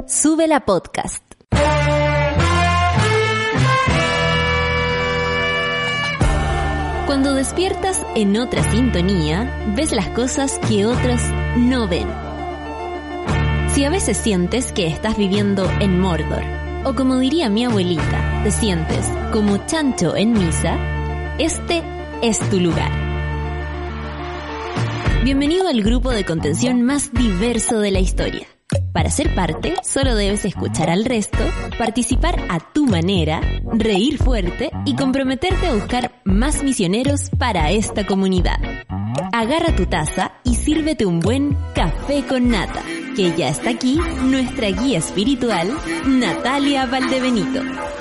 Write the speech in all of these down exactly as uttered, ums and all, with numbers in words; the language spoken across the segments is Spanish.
Sube la podcast. Cuando despiertas en otra sintonía, ves las cosas que otros no ven. Si a veces sientes que estás viviendo en Mordor, o como diría mi abuelita, te sientes como chancho en misa, este es tu lugar. Bienvenido al grupo de contención más diverso de la historia. Para ser parte, solo debes escuchar al resto, participar a tu manera, reír fuerte y comprometerte a buscar más misioneros para esta comunidad. Agarra tu taza y sírvete un buen café con nata, que ya está aquí nuestra guía espiritual, Natalia Valdebenito.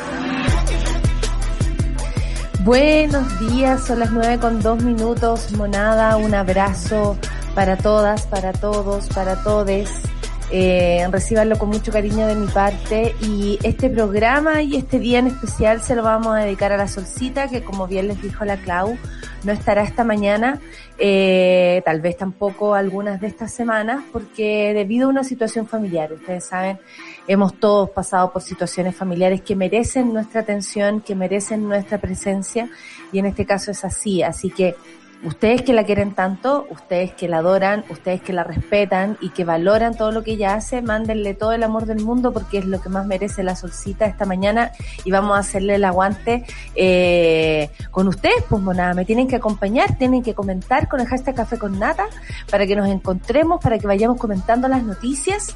Buenos días, son las nueve con dos minutos, monada, un abrazo para todas, para todos, para todes. Eh, recíbanlo con mucho cariño de mi parte, y este programa y este día en especial se lo vamos a dedicar a la Solcita, que como bien les dijo la Clau, no estará esta mañana, eh, tal vez tampoco algunas de estas semanas, porque debido a una situación familiar, ustedes saben, hemos todos pasado por situaciones familiares que merecen nuestra atención, que merecen nuestra presencia, y en este caso es así, así que ustedes que la quieren tanto, ustedes que la adoran, ustedes que la respetan y que valoran todo lo que ella hace, mándenle todo el amor del mundo, porque es lo que más merece la Solcita esta mañana, y vamos a hacerle el aguante eh, con ustedes, pues monada, me tienen que acompañar, tienen que comentar con el hashtag Café con Nata, para que nos encontremos, para que vayamos comentando las noticias,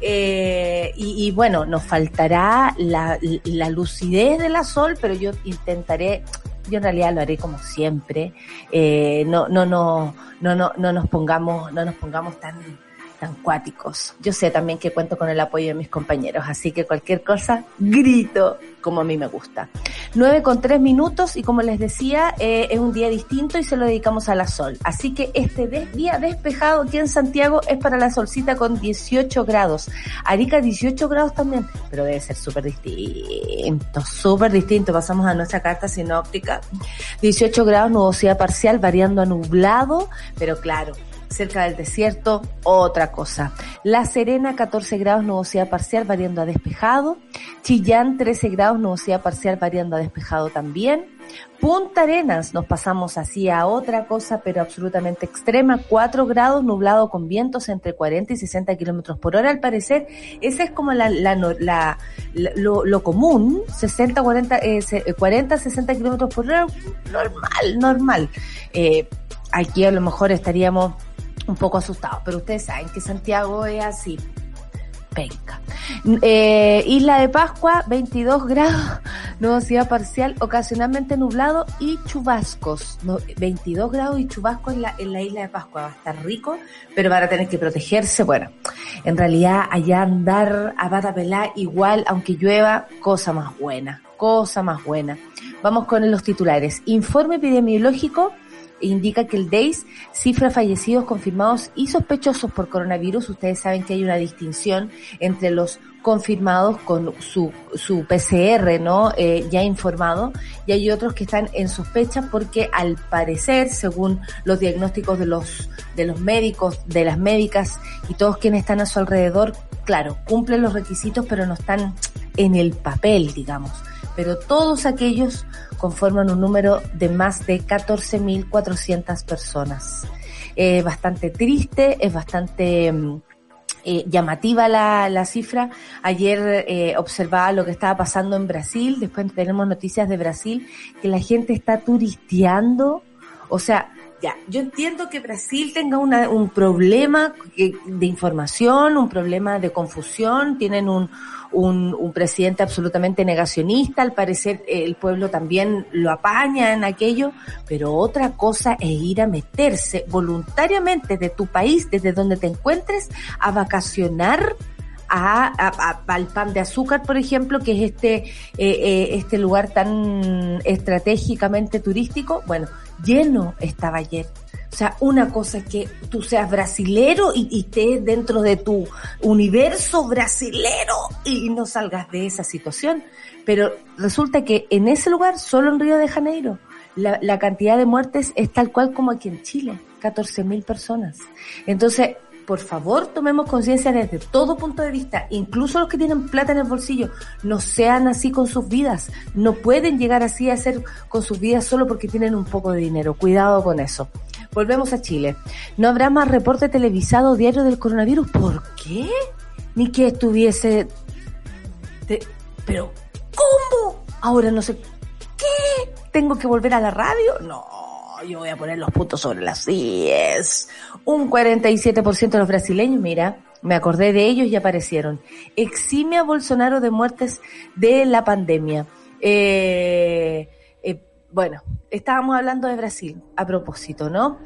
eh, y, y bueno, nos faltará la, la lucidez de la Sol, pero yo intentaré... Yo en realidad lo haré como siempre, eh, no, no, no, no, no, no nos pongamos, no nos pongamos tan, tan cuáticos. Yo sé también que cuento con el apoyo de mis compañeros, así que cualquier cosa, grito, como a mí me gusta. Nueve con tres minutos, y como les decía, eh, es un día distinto y se lo dedicamos a la Sol. Así que este des- día despejado aquí en Santiago es para la Solcita con dieciocho grados. Arica dieciocho grados también, pero debe ser súper distinto, súper distinto. Pasamos a nuestra carta sinóptica. dieciocho grados, nubosidad parcial, variando a nublado, pero claro, cerca del desierto, otra cosa. La Serena, catorce grados, nubosidad parcial, variando a despejado. Chillán, trece grados, nubosidad parcial, variando a despejado también. Punta Arenas, nos pasamos así a otra cosa, pero absolutamente extrema, cuatro grados, nublado con vientos entre cuarenta y sesenta kilómetros por hora. Al parecer, esa es como la, la, la, la lo, lo común, sesenta, cuarenta, eh, cuarenta, sesenta kilómetros por hora, normal, normal. Eh, aquí a lo mejor estaríamos un poco asustados, pero ustedes saben que Santiago es así, penca. Eh, Isla de Pascua, veintidós grados, nubosidad parcial, ocasionalmente nublado y chubascos. No, veintidós grados y chubascos en la, en la Isla de Pascua, va a estar rico, pero van a tener que protegerse. Bueno, en realidad allá andar a pata pelá igual, aunque llueva, cosa más buena, cosa más buena. Vamos con los titulares. Informe epidemiológico indica que el D E I S cifra fallecidos confirmados y sospechosos por coronavirus. Ustedes saben que hay una distinción entre los confirmados con su su P C R, ¿no? Eh, ya informado, y hay otros que están en sospecha porque al parecer, según los diagnósticos de los de los médicos, de las médicas y todos quienes están a su alrededor, claro, cumplen los requisitos, pero no están en el papel, digamos. Pero todos aquellos conforman un número de más de catorce mil cuatrocientas personas. Es eh, bastante triste, es bastante eh, llamativa la, la cifra. Ayer eh, observaba lo que estaba pasando en Brasil, después tenemos noticias de Brasil, que la gente está turisteando, o sea... Ya, yo entiendo que Brasil tenga una, un problema de información, un problema de confusión, tienen un, un, un presidente absolutamente negacionista, al parecer el pueblo también lo apaña en aquello, pero otra cosa es ir a meterse voluntariamente de tu país, desde donde te encuentres, a vacacionar a, a, a, al Pan de Azúcar, por ejemplo, que es este, eh, eh, este lugar tan estratégicamente turístico. Bueno, lleno estaba ayer. O sea, una cosa es que tú seas brasilero y, y estés dentro de tu universo brasilero y no salgas de esa situación. Pero resulta que en ese lugar, solo en Río de Janeiro, la, la cantidad de muertes es tal cual como aquí en Chile, catorce mil personas. Entonces, por favor, tomemos conciencia desde todo punto de vista, incluso los que tienen plata en el bolsillo, no sean así con sus vidas, no pueden llegar así a ser con sus vidas solo porque tienen un poco de dinero, cuidado con eso. Volvemos a Chile. No habrá más reporte televisado diario del coronavirus. ¿Por qué? Ni que estuviese... Te... Pero, ¿cómo? Ahora no sé... ¿Qué? ¿Tengo que volver a la radio? No, yo voy a poner los puntos sobre las íes. Un cuarenta y siete por ciento de los brasileños, mira, me acordé de ellos y aparecieron. Exime a Bolsonaro de muertes de la pandemia. Eh... Bueno, estábamos hablando de Brasil, a propósito, ¿no?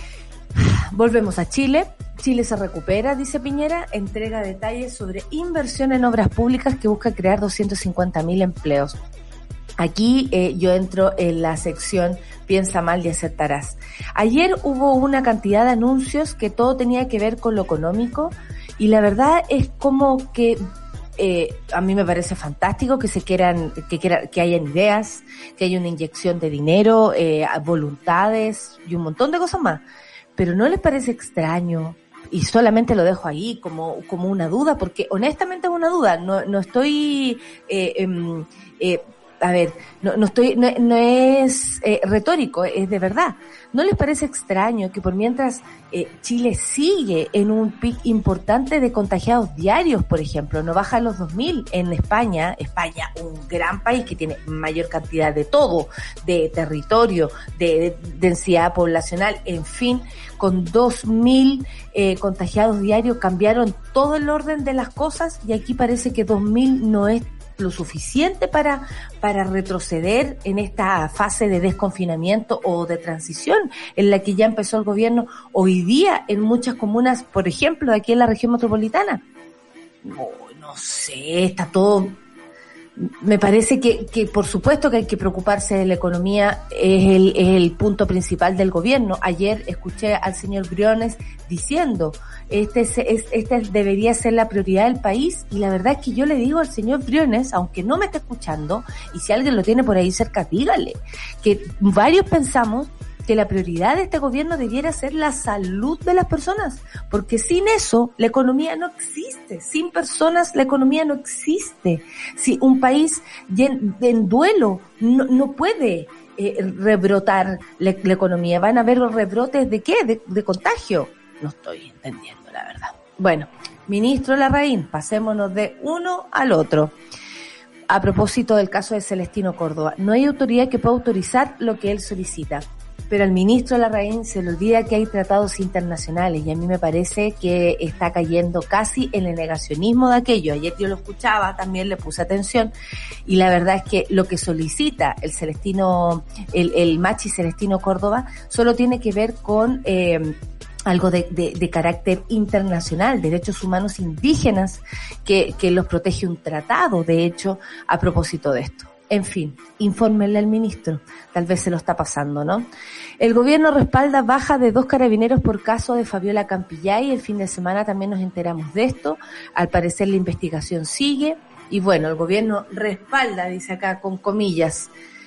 Volvemos a Chile. Chile se recupera, dice Piñera, entrega detalles sobre inversión en obras públicas que busca crear doscientos cincuenta mil empleos. Aquí eh, yo entro en la sección piensa mal y acertarás. Ayer hubo una cantidad de anuncios que todo tenía que ver con lo económico y la verdad es como que... Eh, a mí me parece fantástico que se quieran, que quieran, que hayan ideas, que haya una inyección de dinero, eh, voluntades y un montón de cosas más. Pero ¿no les parece extraño? Y solamente lo dejo ahí como, como una duda, porque honestamente es una duda. No, no estoy, eh, eh, eh, a ver, no, no estoy, no, no es eh, retórico, es de verdad. ¿No les parece extraño que por mientras eh, Chile sigue en un pic importante de contagiados diarios, por ejemplo, no baja a los dos mil en España, España un gran país que tiene mayor cantidad de todo, de territorio, de, de densidad poblacional, en fin, con dos mil eh, contagiados diarios cambiaron todo el orden de las cosas y aquí parece que dos mil no es lo suficiente para para retroceder en esta fase de desconfinamiento o de transición en la que ya empezó el gobierno hoy día en muchas comunas, por ejemplo, aquí en la región metropolitana. No, no sé, está todo... Me parece que, que por supuesto que hay que preocuparse de la economía, es el, es el punto principal del gobierno. Ayer escuché al señor Briones diciendo, este, es, es, esta debería ser la prioridad del país, y la verdad es que yo le digo al señor Briones, aunque no me esté escuchando, y si alguien lo tiene por ahí cerca, dígale, que varios pensamos que la prioridad de este gobierno debiera ser la salud de las personas, porque sin eso la economía no existe, sin personas la economía no existe. Si un país en, en duelo no, no puede eh, rebrotar la, la economía, van a haber rebrotes de qué, de, de contagio. No estoy entendiendo la verdad. Bueno, ministro Larraín, pasémonos de uno al otro. A propósito del caso de Celestino Córdoba, no hay autoridad que pueda autorizar lo que él solicita. Pero al ministro Larraín se le olvida que hay tratados internacionales y a mí me parece que está cayendo casi en el negacionismo de aquello. Ayer yo lo escuchaba, también le puse atención y la verdad es que lo que solicita el Celestino, el, el Machi Celestino Córdoba solo tiene que ver con eh, algo de, de, de carácter internacional, derechos humanos indígenas que, que los protege un tratado, de hecho, a propósito de esto. En fin, infórmenle al ministro, tal vez se lo está pasando, ¿no? El gobierno respalda baja de dos carabineros por caso de Fabiola Campillay. El fin de semana también nos enteramos de esto. Al parecer la investigación sigue. Y bueno, el gobierno respalda, dice acá con comillas,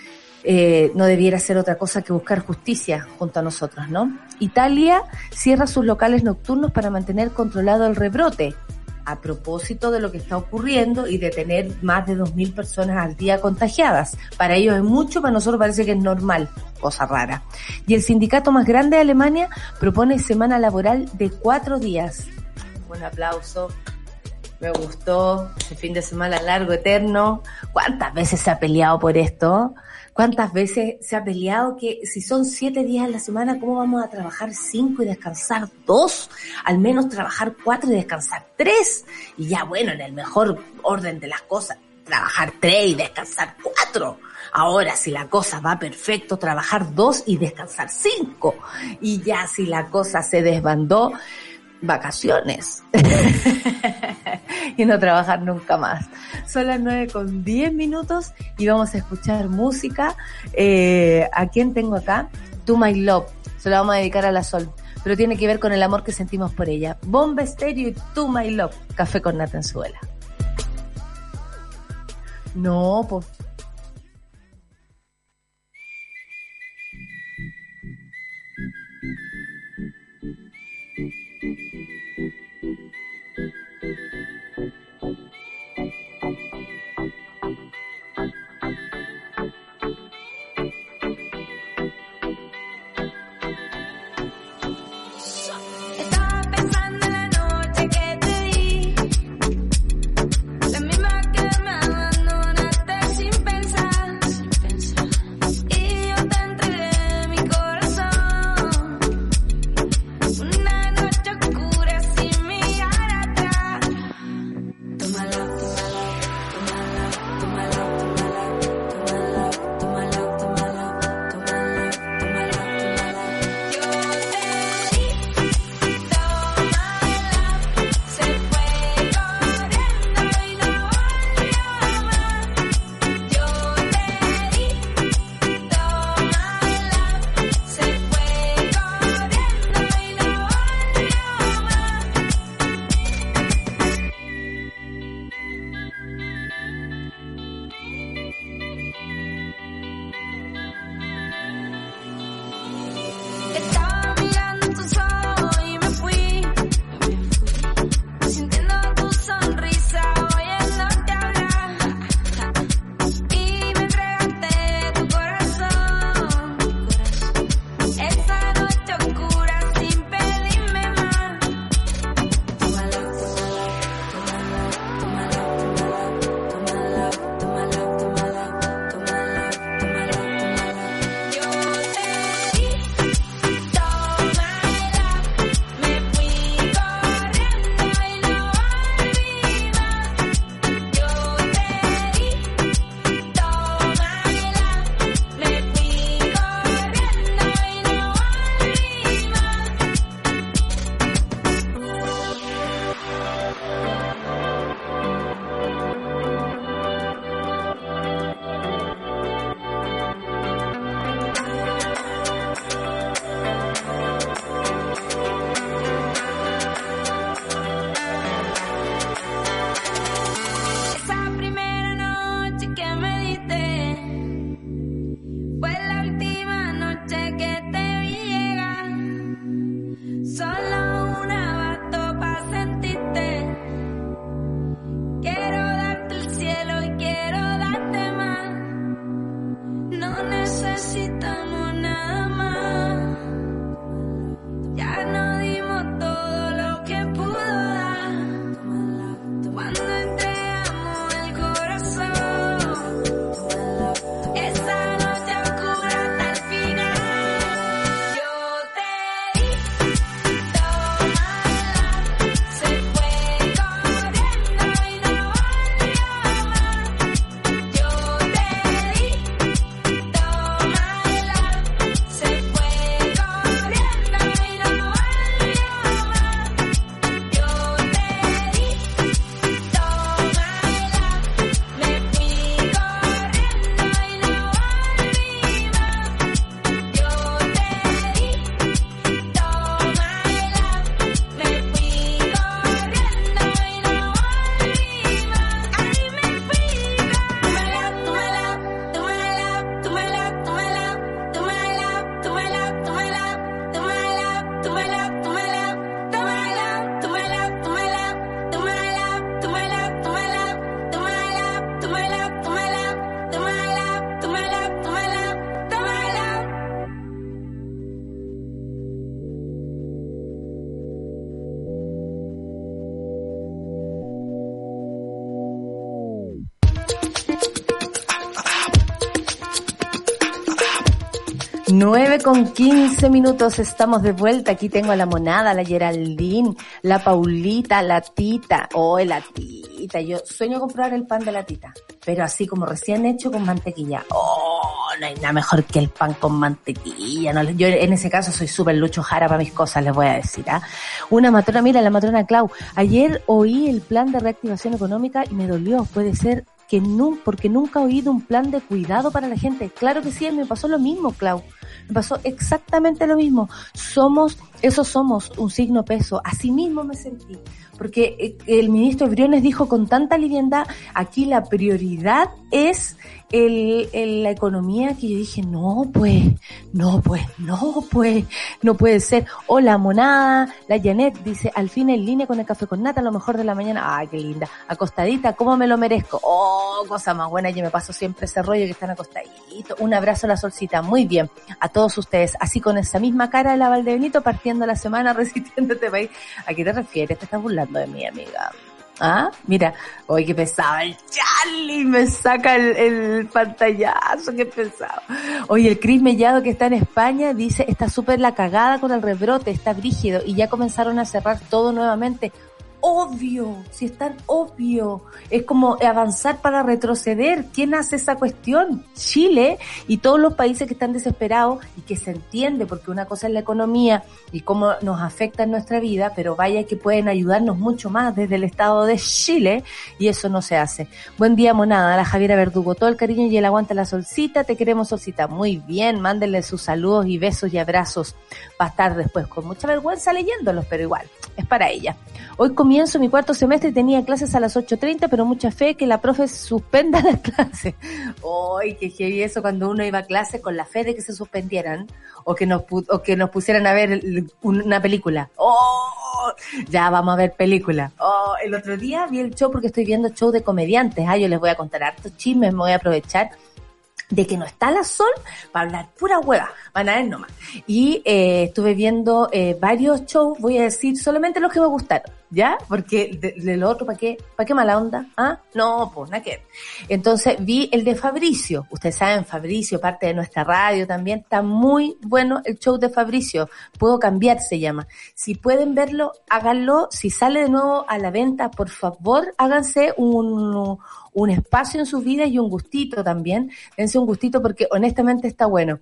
eh, no debiera ser otra cosa que buscar justicia junto a nosotros, ¿no? Italia cierra sus locales nocturnos para mantener controlado el rebrote, a propósito de lo que está ocurriendo y de tener más de dos mil personas al día contagiadas. Para ellos es mucho, para nosotros parece que es normal, cosa rara. Y el sindicato más grande de Alemania propone semana laboral de cuatro días. Un aplauso, me gustó, el fin de semana largo, eterno. ¿Cuántas veces se ha peleado por esto? ¿Cuántas veces se ha peleado que si son siete días a la semana, cómo vamos a trabajar cinco y descansar dos? Al menos trabajar cuatro y descansar tres. Y ya bueno, en el mejor orden de las cosas, trabajar tres y descansar cuatro. Ahora, si la cosa va perfecto, trabajar dos y descansar cinco. Y ya si la cosa se desbandó, vacaciones. Y no trabajar nunca más. Son las nueve con diez minutos y vamos a escuchar música. Eh, ¿A quién tengo acá? To My Love. Se la vamos a dedicar a la Sol, pero tiene que ver con el amor que sentimos por ella. Bomba Estéreo y To My Love. Café con nata en suela. No, pues. nueve con quince minutos, estamos de vuelta. Aquí tengo a la Monada, la Geraldine, la Paulita, la Tita. Oh, la Tita. Yo sueño con probar el pan de la Tita, pero así como recién hecho con mantequilla. Oh, no hay nada mejor que el pan con mantequilla. No, yo en ese caso soy súper Lucho Jara para mis cosas, les voy a decir. ¿ah? Una matrona, mira, la matrona Clau. Ayer oí el plan de reactivación económica y me dolió. Puede ser que no, porque nunca he oído un plan de cuidado para la gente. Claro que sí, me pasó lo mismo, Clau. Me pasó exactamente lo mismo. Somos, eso somos, un signo peso. Así mismo me sentí. Porque el ministro Briones dijo con tanta liviandad, aquí la prioridad es el, el, la economía, que yo dije, no pues, no pues, no pues, no puede ser. Hola Monada, la Janet dice, al fin en línea con el café con nata, lo mejor de la mañana. Ay, qué linda. Acostadita, ¿cómo me lo merezco? Oh, cosa más buena, yo me paso siempre ese rollo que están acostaditos. Un abrazo a la Solcita, muy bien. A todos ustedes, así con esa misma cara de la Valdebenito, partiendo la semana, resistiendo este país. ¿A qué te refieres? ¿Te estás burlando de mi amiga? Ah, mira, hoy qué pesado el Charlie, me saca el, el pantallazo, qué pesado. Oye, el Cris Mellado que está en España dice, está súper la cagada con el rebrote, está brígido y ya comenzaron a cerrar todo nuevamente. Obvio, si es tan obvio, es como avanzar para retroceder. ¿Quién hace esa cuestión? Chile y todos los países que están desesperados, y que se entiende porque una cosa es la economía y cómo nos afecta en nuestra vida, pero vaya que pueden ayudarnos mucho más desde el Estado de Chile, y eso no se hace. Buen día, Monada, la Javiera Verdugo, todo el cariño y el aguante a la Solcita, te queremos, Solcita. Muy bien, mándenle sus saludos y besos y abrazos. Va a estar después con mucha vergüenza leyéndolos, pero igual, es para ella. Hoy comienzo mi cuarto semestre y tenía clases a las ocho treinta, pero mucha fe que la profe suspenda las clases. ¡Ay, qué heavy eso cuando uno iba a clases con la fe de que se suspendieran o que nos o que nos pusieran a ver una película! ¡Oh! Ya vamos a ver película. ¡Oh! El otro día vi el show porque estoy viendo show de comediantes. Ah, yo les voy a contar hartos chismes, me voy a aprovechar de que no está la Sol para hablar pura hueva, van a ver nomás. Y eh, estuve viendo eh, varios shows, voy a decir solamente los que me gustaron, ¿ya? Porque de, de lo otro, ¿para qué? ¿Para qué mala onda? ¿Ah? No, pues nada que ver. Entonces vi el de Fabricio. Ustedes saben, Fabricio, parte de nuestra radio también, está muy bueno el show de Fabricio. Puedo cambiar, se llama. Si pueden verlo, háganlo. Si sale de nuevo a la venta, por favor, háganse un... un espacio en sus vidas y un gustito también. Dense un gustito porque honestamente está bueno.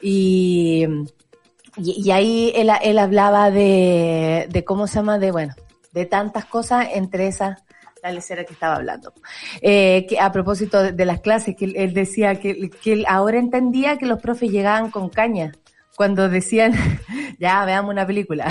Y, y, y ahí él, él hablaba de, de cómo se llama, de bueno, de tantas cosas, entre esas, la lecera que estaba hablando. Eh, que a propósito de, de las clases, que él, él decía que, que él ahora entendía que los profes llegaban con caña cuando decían, ya, veamos una película.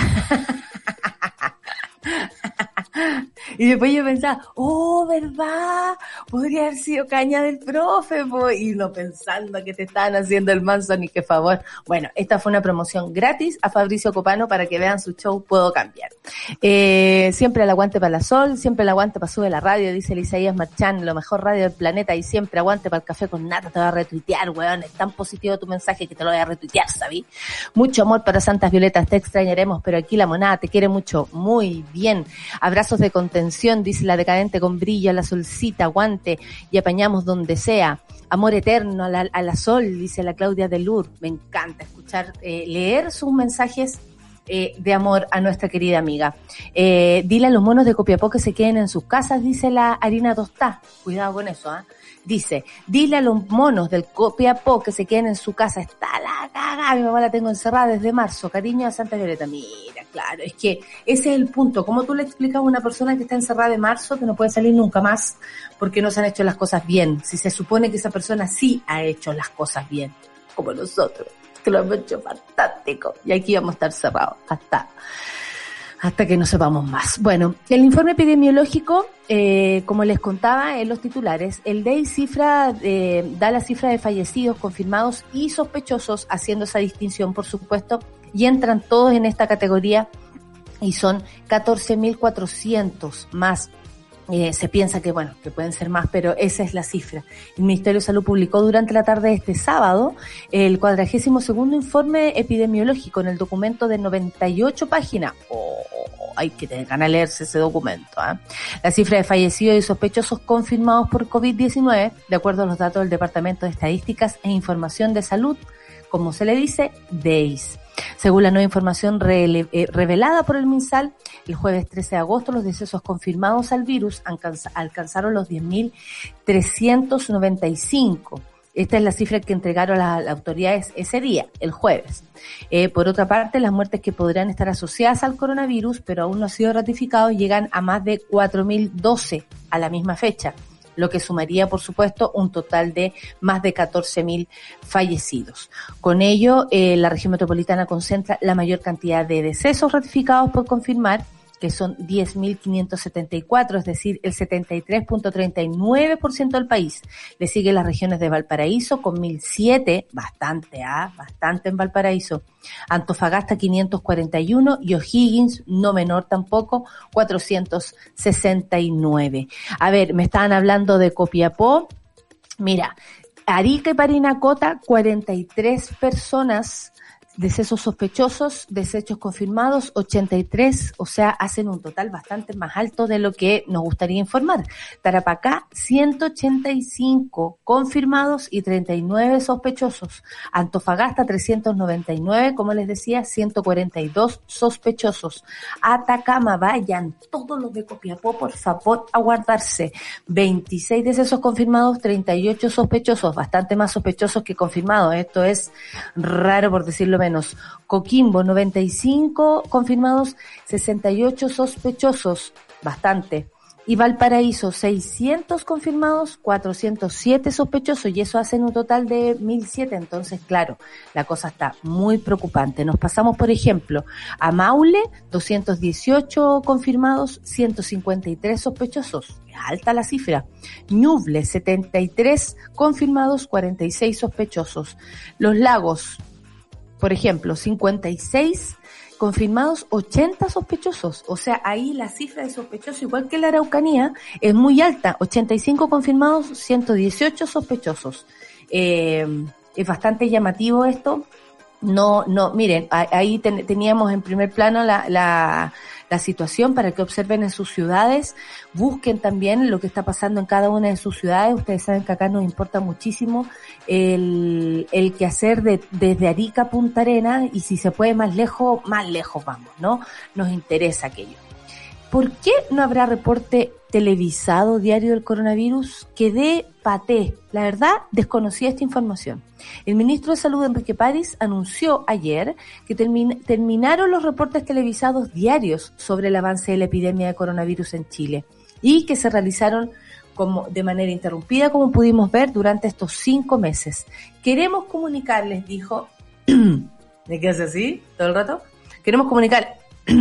Y después yo pensaba, oh, ¿verdad? Podría haber sido caña del profe, po. Y no pensando que te estaban haciendo el manso, ni qué favor. Bueno, esta fue una promoción gratis a Fabricio Copano para que vean su show Puedo Cambiar. Eh, siempre el aguante para la Sol, siempre el aguante para Sube la Radio, dice el Isaías Marchán, lo mejor radio del planeta, y siempre aguante para el café con nata, te va a retuitear, weón, es tan positivo tu mensaje que te lo voy a retuitear, ¿sabí? Mucho amor para Santas Violetas, te extrañaremos, pero aquí la Monada te quiere mucho. Muy bien. Abrazos de contención, dice la Decadente con brillo, a la Solcita, aguante, y apañamos donde sea. Amor eterno a la, a la Sol, dice la Claudia Delur. Me encanta escuchar, eh, leer sus mensajes eh, de amor a nuestra querida amiga. Eh, dile a los monos de Copiapó que se queden en sus casas, dice la Harina Tostá. Cuidado con eso, ¿ah? ¿eh? Dice, dile a los monos del Copiapó que se queden en su casa. Está la caga, mi mamá la tengo encerrada desde marzo. Cariño a Santa Violeta. Mira, claro, es que ese es el punto. ¿Cómo tú le explicas a una persona que está encerrada de marzo que no puede salir nunca más porque no se han hecho las cosas bien? Si se supone que esa persona sí ha hecho las cosas bien, como nosotros, que lo hemos hecho fantástico. Y aquí vamos a estar cerrados hasta... hasta que no sepamos más. Bueno, el informe epidemiológico, eh, como les contaba en los titulares, el D E I cifra, eh, da la cifra de fallecidos, confirmados y sospechosos, haciendo esa distinción, por supuesto, y entran todos en esta categoría y son catorce mil cuatrocientos más. Eh, se piensa que, bueno, que pueden ser más, pero esa es la cifra. El Ministerio de Salud publicó durante la tarde de este sábado el cuadragésimo segundo informe epidemiológico en el documento de noventa y ocho páginas. Oh, hay que tener ganas de leerse ese documento, ¿eh? La cifra de fallecidos y sospechosos confirmados por COVID diecinueve, de acuerdo a los datos del Departamento de Estadísticas e Información de Salud, como se le dice, days. Según la nueva información re- eh, revelada por el MinSal, el jueves trece de agosto los decesos confirmados al virus alcanz- alcanzaron los diez mil trescientos noventa y cinco. Esta es la cifra que entregaron las, las autoridades ese día, el jueves. Eh, por otra parte, las muertes que podrían estar asociadas al coronavirus, pero aún no han sido ratificados, llegan a más de cuatro mil doce a la misma fecha, lo que sumaría, por supuesto, un total de más de catorce mil fallecidos. Con ello, eh, la región metropolitana concentra la mayor cantidad de decesos ratificados por confirmar, que son diez mil quinientos setenta y cuatro, es decir, el setenta y tres punto treinta y nueve por ciento del país. Le siguen las regiones de Valparaíso con mil siete, bastante, ah, bastante en Valparaíso. Antofagasta quinientos cuarenta y uno y O'Higgins, no menor tampoco, cuatrocientos sesenta y nueve. A ver, me estaban hablando de Copiapó. Mira, Arica y Parinacota, cuarenta y tres personas, decesos sospechosos, desechos confirmados, ochenta y tres, o sea, hacen un total bastante más alto de lo que nos gustaría informar. Tarapacá, ciento ochenta y cinco confirmados y treinta y nueve sospechosos. Antofagasta, trescientos noventa y nueve, como les decía, ciento cuarenta y dos sospechosos. Atacama, vayan, todos los de Copiapó, por favor, a guardarse. veintiséis decesos confirmados, treinta y ocho sospechosos, bastante más sospechosos que confirmados. Esto es raro por decirlo menos. Coquimbo, noventa y cinco confirmados, sesenta y ocho sospechosos, bastante. Y Valparaíso, seiscientos confirmados, cuatrocientos siete sospechosos, y eso hace un total de mil siete. Entonces, claro, la cosa está muy preocupante. Nos pasamos, por ejemplo, a Maule, doscientos dieciocho confirmados, ciento cincuenta y tres sospechosos. Alta la cifra. Ñuble, setenta y tres confirmados, cuarenta y seis sospechosos. Los Lagos, por ejemplo, cincuenta y seis confirmados, ochenta sospechosos. O sea, ahí la cifra de sospechosos, igual que la Araucanía, es muy alta. ochenta y cinco confirmados, ciento dieciocho sospechosos. Eh, es bastante llamativo esto. No, no, miren, ahí ten, teníamos en primer plano la, la, la situación para que observen en sus ciudades, busquen también lo que está pasando en cada una de sus ciudades. Ustedes saben que acá nos importa muchísimo el, el quehacer de, desde Arica a Punta Arenas, y si se puede más lejos, más lejos vamos, ¿no? Nos interesa aquello. ¿Por qué no habrá reporte televisado diario del coronavirus? Quedé paté. La verdad, desconocía esta información. El ministro de Salud, Enrique París, anunció ayer que termin- terminaron los reportes televisados diarios sobre el avance de la epidemia de coronavirus en Chile y que se realizaron como de manera interrumpida, como pudimos ver, durante estos cinco meses. Queremos comunicarles, dijo, ¿de qué hace así todo el rato? Queremos comunicar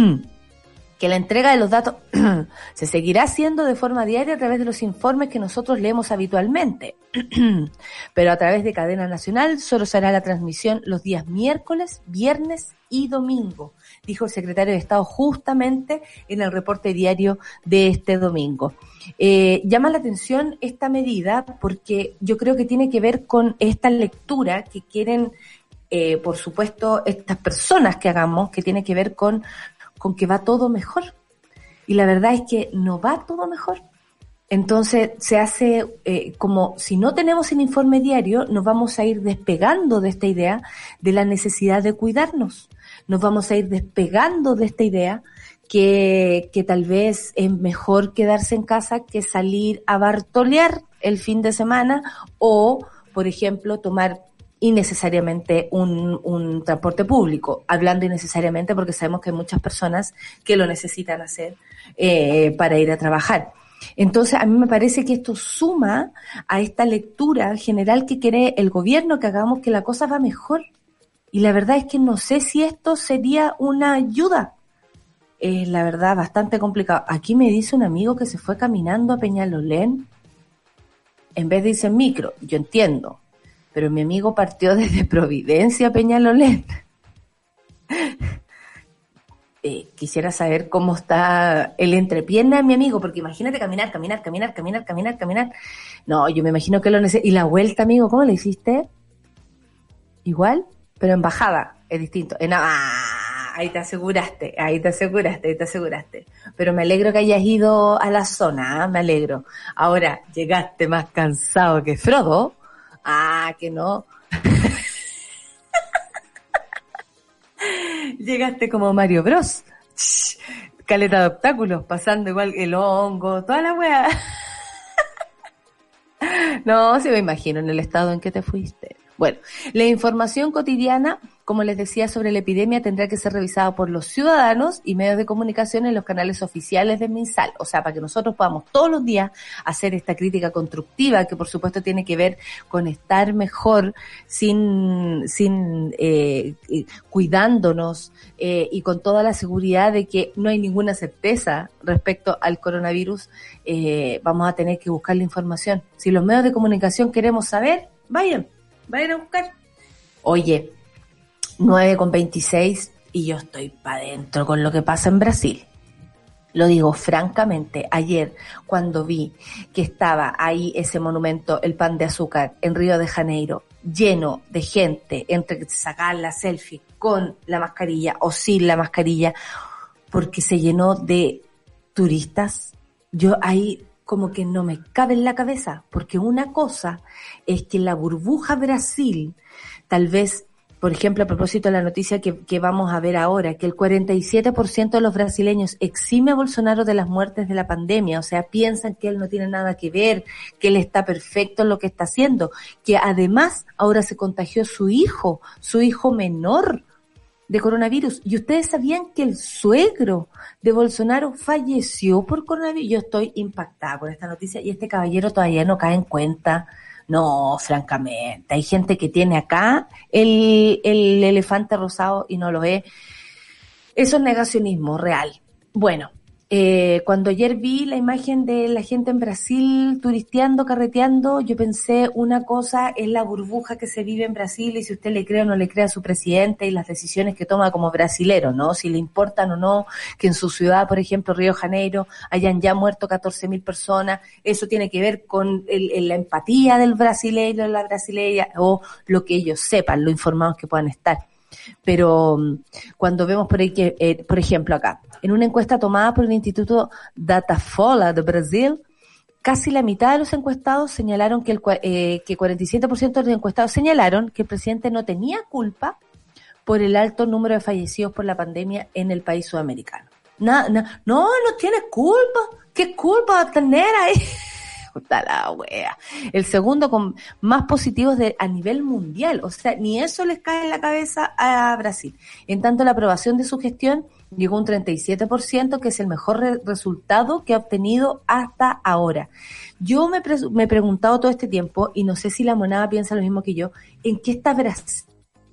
que la entrega de los datos se seguirá haciendo de forma diaria a través de los informes que nosotros leemos habitualmente. Pero a través de cadena nacional solo se hará la transmisión los días miércoles, viernes y domingo, dijo el secretario de Estado justamente en el reporte diario de este domingo. Eh, llama la atención esta medida porque yo creo que tiene que ver con esta lectura que quieren, eh, por supuesto, estas personas que hagamos, que tiene que ver con con que va todo mejor. Y la verdad es que no va todo mejor. Entonces se hace eh, como si no tenemos el informe diario, nos vamos a ir despegando de esta idea de la necesidad de cuidarnos. Nos vamos a ir despegando de esta idea que, que tal vez es mejor quedarse en casa que salir a bartolear el fin de semana o, por ejemplo, tomar innecesariamente un, un transporte público, hablando innecesariamente porque sabemos que hay muchas personas que lo necesitan hacer eh, para ir a trabajar. Entonces, a mí me parece que esto suma a esta lectura general que quiere el gobierno, que hagamos que la cosa va mejor. Y la verdad es que no sé si esto sería una ayuda. Es la verdad bastante complicado. Aquí me dice un amigo que se fue caminando a Peñalolén en vez de irse en micro. Yo entiendo. Pero mi amigo partió desde Providencia a Peñalolén. eh, quisiera saber cómo está el entrepierna de mi amigo, porque imagínate caminar, caminar, caminar, caminar, caminar, caminar. No, yo me imagino que lo necesito. ¿Y la vuelta, amigo, cómo le hiciste? Igual, pero en bajada, es distinto. En, ah, ahí te aseguraste, ahí te aseguraste, ahí te aseguraste. Pero me alegro que hayas ido a la zona, ¿eh? Me alegro. Ahora, llegaste más cansado que Frodo. Ah, que no. Llegaste como Mario Bros. Caleta de obstáculos, pasando igual el hongo, toda la weá. No, se me imagino en el estado en que te fuiste. Bueno, la información cotidiana, como les decía, sobre la epidemia tendrá que ser revisada por los ciudadanos y medios de comunicación en los canales oficiales de MinSal. O sea, para que nosotros podamos todos los días hacer esta crítica constructiva, que por supuesto tiene que ver con estar mejor, sin, sin, eh, cuidándonos, eh, y con toda la seguridad de que no hay ninguna certeza respecto al coronavirus. Eh, vamos a tener que buscar la información. Si los medios de comunicación queremos saber, vayan. Vayan a buscar. Oye, nueve con veintiséis y yo estoy para adentro con lo que pasa en Brasil. Lo digo francamente, ayer cuando vi que estaba ahí ese monumento, el Pan de Azúcar, en Río de Janeiro, lleno de gente, entre que se sacaban la selfie con la mascarilla o sin la mascarilla, porque se llenó de turistas, yo ahí como que no me cabe en la cabeza, porque una cosa es que la burbuja Brasil, tal vez, por ejemplo, a propósito de la noticia que, que vamos a ver ahora, que el cuarenta y siete por ciento de los brasileños exime a Bolsonaro de las muertes de la pandemia, o sea, piensan que él no tiene nada que ver, que él está perfecto en lo que está haciendo, que además ahora se contagió su hijo, su hijo menor, de coronavirus. ¿Y ustedes sabían que el suegro de Bolsonaro falleció por coronavirus? Yo estoy impactada con esta noticia y este caballero todavía no cae en cuenta. No, francamente, hay gente que tiene acá el, el elefante rosado y no lo ve. Eso es negacionismo real. Bueno, eh, cuando ayer vi la imagen de la gente en Brasil turisteando, carreteando, yo pensé, una cosa es la burbuja que se vive en Brasil y si usted le cree o no le cree a su presidente y las decisiones que toma como brasilero, ¿no? Si le importan o no que en su ciudad, por ejemplo, Río de Janeiro, hayan ya muerto catorce mil personas, eso tiene que ver con el, el, la empatía del brasileño, de la brasileña, o lo que ellos sepan, lo informados que puedan estar. Pero cuando vemos por ahí que, eh, por ejemplo acá, en una encuesta tomada por el Instituto Datafolha de Brasil, casi la mitad de los encuestados señalaron que el eh, que cuarenta y siete por ciento de los encuestados señalaron que el presidente no tenía culpa por el alto número de fallecidos por la pandemia en el país sudamericano. No, no, no, no tiene culpa. ¿Qué culpa va a tener ahí? Puta la wea. El segundo con más positivos de, a nivel mundial. O sea, ni eso les cae en la cabeza a Brasil. En tanto, la aprobación de su gestión llegó a un treinta y siete por ciento, que es el mejor re- resultado que ha obtenido hasta ahora. Yo me, pre- me he preguntado todo este tiempo, y no sé si la monada piensa lo mismo que yo, ¿en qué está Brasil?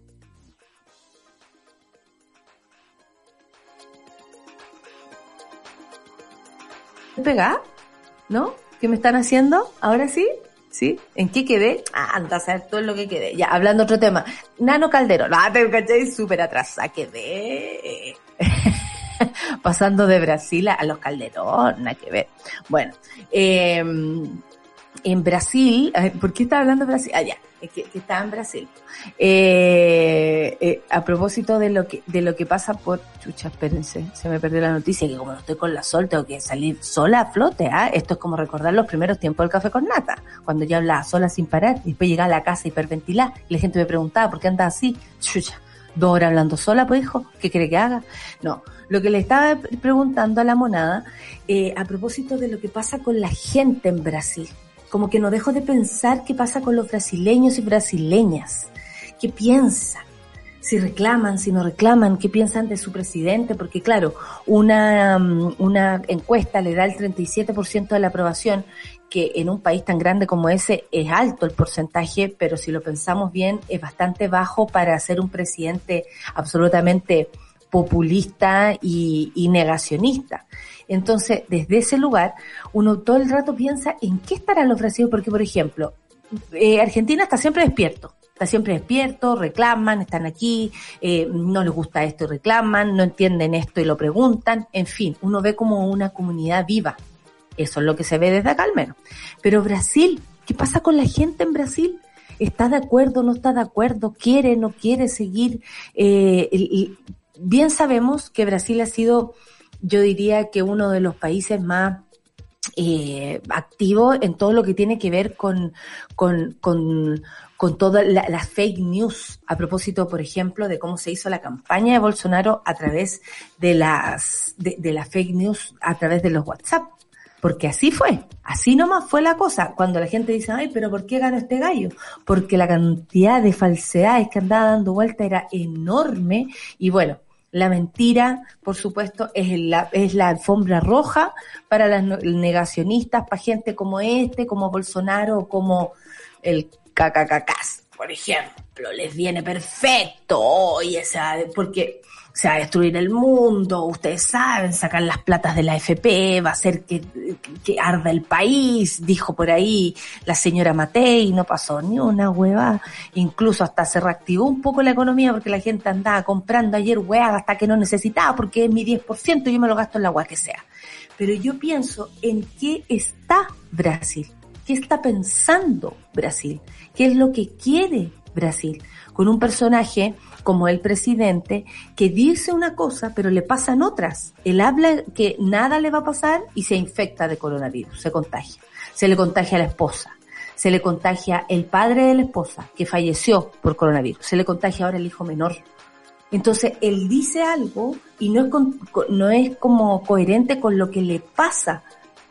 ¿Pegada? ¿No? ¿Qué me están haciendo? ¿Ahora sí? ¿Sí? ¿En qué quedé? Ah, anda a saber todo lo que quedé. Ya, hablando otro tema. Nano Calderón. Ah, te caché súper atrasada quedé. Pasando de Brasil a los Calderón, nada que ver. Bueno, eh, en Brasil, ¿por qué estaba hablando de Brasil? Ah, ya, que, que estaba en Brasil. Eh, eh, a propósito de lo que de lo que pasa por... Chucha, espérense, se me perdió la noticia, que como no estoy con la Sol, tengo que salir sola a flote, ¿ah? Esto es como recordar los primeros tiempos del café con nata, cuando yo hablaba sola sin parar, y después llegaba a la casa hiperventilada, y la gente me preguntaba, ¿por qué andas así? Chucha, dos horas hablando sola, pues hijo, ¿qué cree que haga? No, lo que le estaba preguntando a la monada, eh, a propósito de lo que pasa con la gente en Brasil, como que no dejo de pensar qué pasa con los brasileños y brasileñas, qué piensan, si reclaman, si no reclaman, qué piensan de su presidente, porque claro, una, una encuesta le da el treinta y siete por ciento de la aprobación, que en un país tan grande como ese es alto el porcentaje, pero si lo pensamos bien es bastante bajo para ser un presidente absolutamente populista y, y negacionista. Entonces, desde ese lugar, uno todo el rato piensa en qué estarán los brasileños, porque por ejemplo, eh, Argentina está siempre despierto, está siempre despierto, reclaman, están aquí, eh, no les gusta esto y reclaman, no entienden esto y lo preguntan, en fin, uno ve como una comunidad viva. Eso es lo que se ve desde acá al menos. Pero Brasil, ¿qué pasa con la gente en Brasil? ¿Está de acuerdo, no está de acuerdo? ¿Quiere, no quiere seguir? Eh, y, y bien sabemos que Brasil ha sido, yo diría que uno de los países más eh, activo en todo lo que tiene que ver con, con, con, con todas las la fake news, a propósito, por ejemplo, de cómo se hizo la campaña de Bolsonaro a través de las, de, de las fake news, a través de los WhatsApp. Porque así fue, así nomás fue la cosa. Cuando la gente dice, ay, pero ¿por qué ganó este gallo? Porque la cantidad de falsedades que andaba dando vuelta era enorme. Y bueno, la mentira, por supuesto, es la, es la alfombra roja para las negacionistas, para gente como este, como Bolsonaro, como el Cacacacás, por ejemplo. Les viene perfecto hoy, o sea, porque se va a destruir el mundo, ustedes saben, sacar las platas de la A F P, va a hacer que, que arda el país, dijo por ahí la señora Matei, no pasó ni una hueva, incluso hasta se reactivó un poco la economía porque la gente andaba comprando ayer hueá hasta que no necesitaba, porque es mi diez por ciento, yo me lo gasto en la hueá que sea. Pero yo pienso en qué está Brasil, qué está pensando Brasil, qué es lo que quiere Brasil, con un personaje como el presidente, que dice una cosa, pero le pasan otras. Él habla que nada le va a pasar y se infecta de coronavirus, se contagia. Se le contagia a la esposa, se le contagia el padre de la esposa, que falleció por coronavirus, se le contagia ahora el hijo menor. Entonces, él dice algo y no es, con, no es como coherente con lo que le pasa.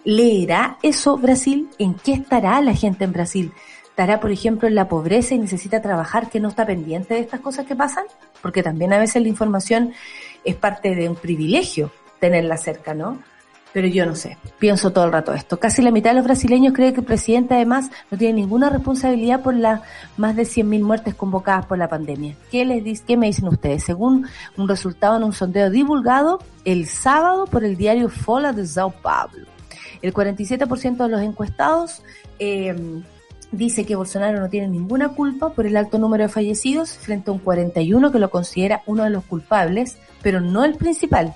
¿Leerá eso Brasil? ¿En qué estará la gente en Brasil? ¿Estará, por ejemplo, en la pobreza y necesita trabajar, que no está pendiente de estas cosas que pasan? Porque también a veces la información es parte de un privilegio tenerla cerca, ¿no? Pero yo no sé, pienso todo el rato esto. Casi la mitad de los brasileños cree que el presidente además no tiene ninguna responsabilidad por las más de cien mil muertes convocadas por la pandemia. ¿Qué les dice, qué me dicen ustedes? Según un resultado en un sondeo divulgado el sábado por el diario Folha de São Paulo, el cuarenta y siete por ciento de los encuestados eh, dice que Bolsonaro no tiene ninguna culpa por el alto número de fallecidos, frente a un cuarenta y uno por ciento que lo considera uno de los culpables, pero no el principal.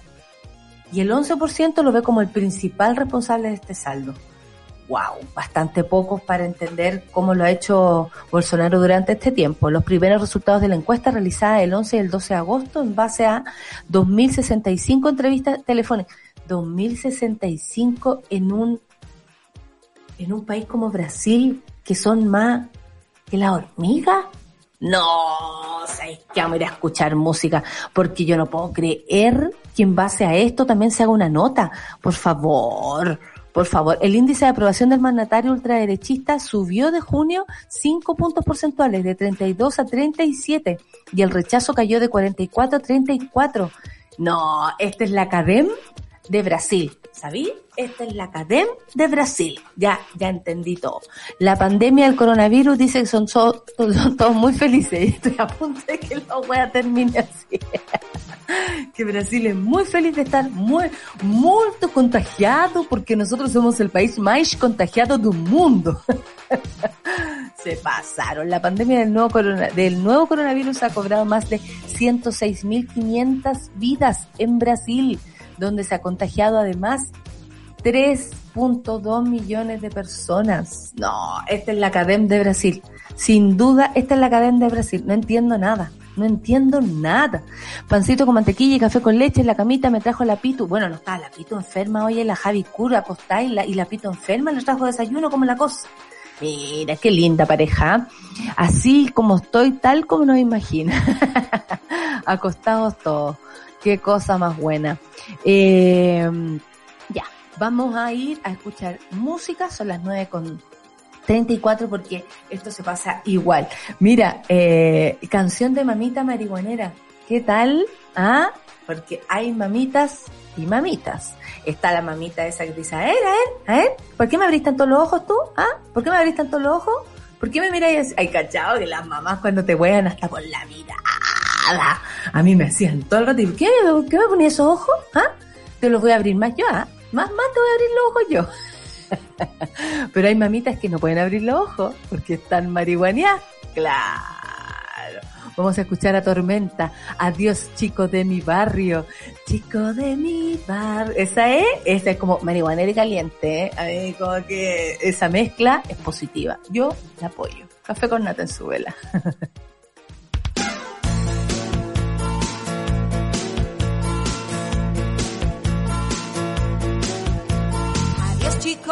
Y el once por ciento lo ve como el principal responsable de este saldo. Wow, bastante pocos para entender cómo lo ha hecho Bolsonaro durante este tiempo. Los primeros resultados de la encuesta realizada el once y el doce de agosto en base a dos mil sesenta y cinco entrevistas telefónicas. dos mil sesenta y cinco en un en un país como Brasil, que son más que la hormiga. No, ¿sabes qué? Vamos a ir a escuchar música, porque yo no puedo creer que en base a esto también se haga una nota. Por favor, por favor. El índice de aprobación del mandatario ultraderechista subió de junio cinco puntos porcentuales, de treinta y dos a treinta y siete, y el rechazo cayó de cuarenta y cuatro a treinta y cuatro. No, esta es la CADEM de Brasil, ¿sabí? Esta es la CADEM de Brasil. Ya, ya entendí todo. La pandemia del coronavirus dice que son, so, son todos muy felices. Y estoy a punto de que la wea termine así. Que Brasil es muy feliz de estar muy, muy contagiado, porque nosotros somos el país más contagiado del mundo. Se pasaron. La pandemia del nuevo, corona, del nuevo coronavirus ha cobrado más de ciento seis mil quinientas vidas en Brasil, donde se ha contagiado además tres punto dos millones de personas. No, esta es la CADEM de Brasil. Sin duda, esta es la CADEM de Brasil. No entiendo nada. No entiendo nada. Pancito con mantequilla y café con leche en la camita me trajo la Pitu. Bueno, no estaba la Pitu enferma, oye, la Javi Cura acostada y la, y la Pitu enferma le trajo desayuno, como la cosa. Mira, qué linda pareja. Así como estoy, tal como nos imagina. Acostados todos. Qué cosa más buena. Eh, ya, vamos a ir a escuchar música. Son las nueve con treinta y cuatro, porque esto se pasa igual. Mira, eh, canción de mamita marihuanera. ¿Qué tal? ¿Ah? Porque hay mamitas y mamitas. Está la mamita esa que dice, a ver, a ver, a ver, ¿por qué me abrís tanto los ojos tú? ¿Ah? ¿Por qué me abrís tanto los ojos? ¿Por qué me miráis así? Ay, cachao, que las mamás cuando te huean hasta por la mirada. A mí me hacían todo el rato. ¿Por qué, ¿Por qué me ponía esos ojos? ¿Ah? Te los voy a abrir más yo, ¿ah? Más, más te voy a abrir los ojos yo. Pero hay mamitas que no pueden abrir los ojos porque están marihuaneadas. Claro. Vamos a escuchar a Tormenta. Adiós, chico de mi barrio. Chico de mi barrio. Esa es, esa es como marihuanera y caliente, ¿eh? A mí como que esa mezcla es positiva. Yo la apoyo. Café con nata en su vela. Chico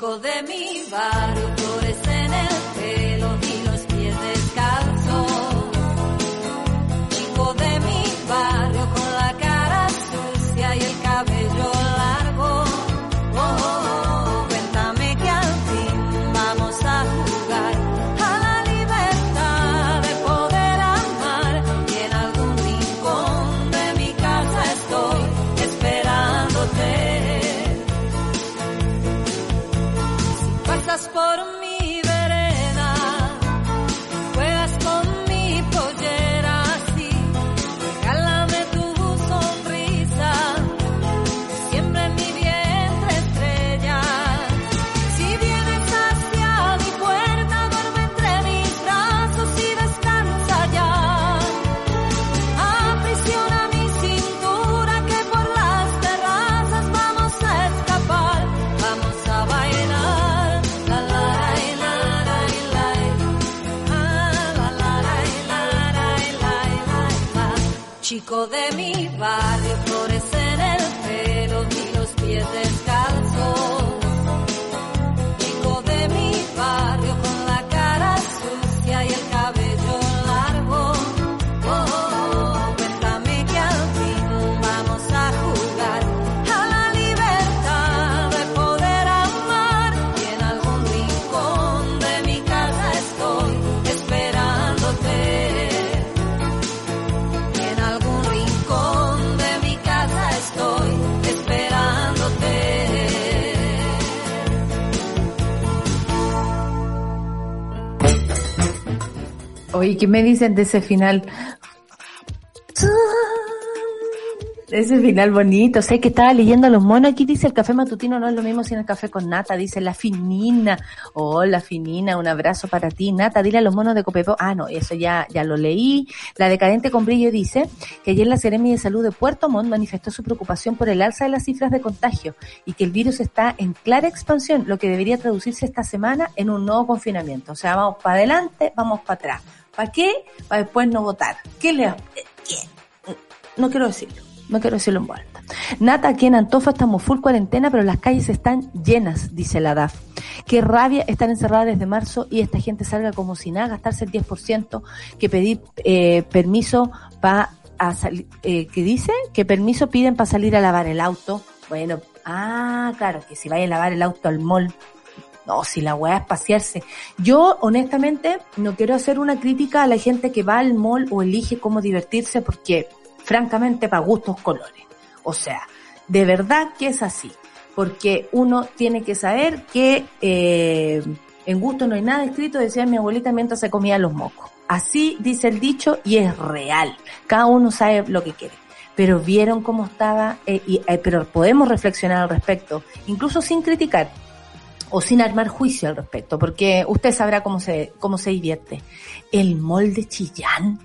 Chico de mi barrio, flores en el pelo y los pies descalzos. Chico de mi barrio con la cara sucia y el cabello largo. Oh, oh, oh, cuéntame que al fin vamos a jugar a la libertad de poder amar. Y en algún rincón de mi casa estoy esperándote. Pasas por mi vereda, juegas con mi pollera, así, regálame tu sonrisa, siempre en mi vientre estrella. Si vienes hacia mi puerta, duerme entre mis brazos y descansa ya. Aprisiona mi cintura, que por las terrazas vamos a escapar, vamos a bailar. Chico de mi barrio, flores en el pelo y los pies descalzos. Chico de mi barrio con la cara sucia y el cabello largo. Oh, oh, oh, cuéntame que al fin vamos a jugar a la libertad de poder amar. Y en algún rincón de mi casa estoy esperándote. Estoy esperándote. Oye, ¿qué me dicen de ese final? Ese final bonito. Sé que estaba leyendo los monos. Aquí dice: el café matutino no es lo mismo sin el café con nata. Dice la finina. Oh, la finina, un abrazo para ti. Nata, dile a los monos de Copiapó. Ah, no, eso ya ya lo leí. La decadente con brillo dice que ayer la Seremi de Salud de Puerto Montt manifestó su preocupación por el alza de las cifras de contagio y que el virus está en clara expansión, lo que debería traducirse esta semana en un nuevo confinamiento. O sea, vamos para adelante, vamos para atrás. ¿Para qué? Para después no votar. ¿Qué le... ¿Qué? No quiero decirlo. No quiero decirlo en voz alta. Nata, aquí en Antofa estamos full cuarentena, pero las calles están llenas, dice la D A F. Qué rabia estar encerrada desde marzo y esta gente salga como si nada, gastarse el diez por ciento, que pedir eh, permiso para salir, eh, ¿qué dice? Que permiso piden para salir a lavar el auto. Bueno, ah, claro, que si vaya a lavar el auto al mall. No, si la weá es pasearse. Yo, honestamente, no quiero hacer una crítica a la gente que va al mall o elige cómo divertirse porque... francamente, para gustos colores. O sea, de verdad que es así. Porque uno tiene que saber que eh, en gusto no hay nada escrito, decía mi abuelita mientras se comía los mocos. Así dice el dicho y es real. Cada uno sabe lo que quiere. Pero vieron cómo estaba, eh, y, eh, pero podemos reflexionar al respecto, incluso sin criticar o sin armar juicio al respecto, porque usted sabrá cómo se, cómo se divierte. El mall de Chillán,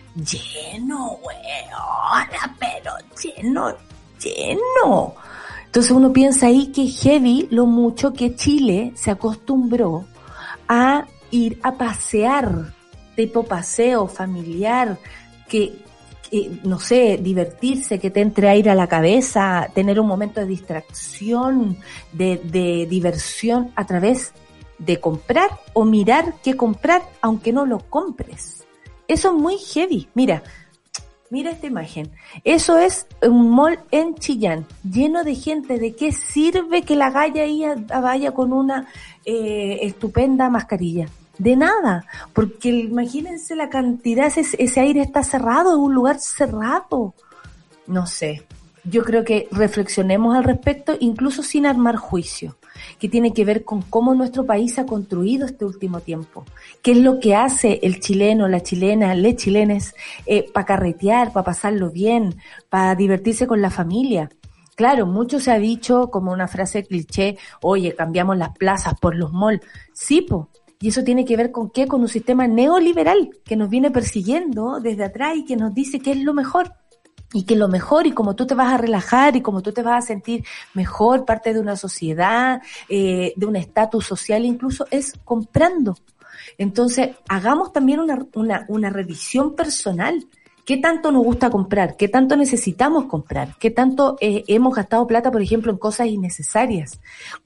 lleno, weona, pero lleno, lleno. Entonces uno piensa ahí que heavy lo mucho que Chile se acostumbró a ir a pasear, tipo paseo familiar, que, que, no sé, divertirse, que te entre aire a la cabeza, tener un momento de distracción, de, de diversión a través de comprar o mirar qué comprar, aunque no lo compres. Eso es muy heavy. Mira, mira esta imagen. Eso es un mall en Chillán, lleno de gente. ¿De qué sirve que la galla ahí vaya con una eh, estupenda mascarilla? De nada, porque imagínense la cantidad, ese, ese aire está cerrado, es un lugar cerrado. No sé, yo creo que reflexionemos al respecto, incluso sin armar juicio, que tiene que ver con cómo nuestro país ha construido este último tiempo. ¿Qué es lo que hace el chileno, la chilena, les chilenes eh, para carretear, para pasarlo bien, para divertirse con la familia? Claro, mucho se ha dicho como una frase cliché, oye, cambiamos las plazas por los malls. Sí, po. Y eso tiene que ver con qué, con un sistema neoliberal que nos viene persiguiendo desde atrás y que nos dice qué es lo mejor. Y que lo mejor, y como tú te vas a relajar, y como tú te vas a sentir mejor, parte de una sociedad, eh, de un estatus social incluso, es comprando. Entonces, hagamos también una, una, una revisión personal. ¿Qué tanto nos gusta comprar? ¿Qué tanto necesitamos comprar? ¿Qué tanto eh, hemos gastado plata, por ejemplo, en cosas innecesarias?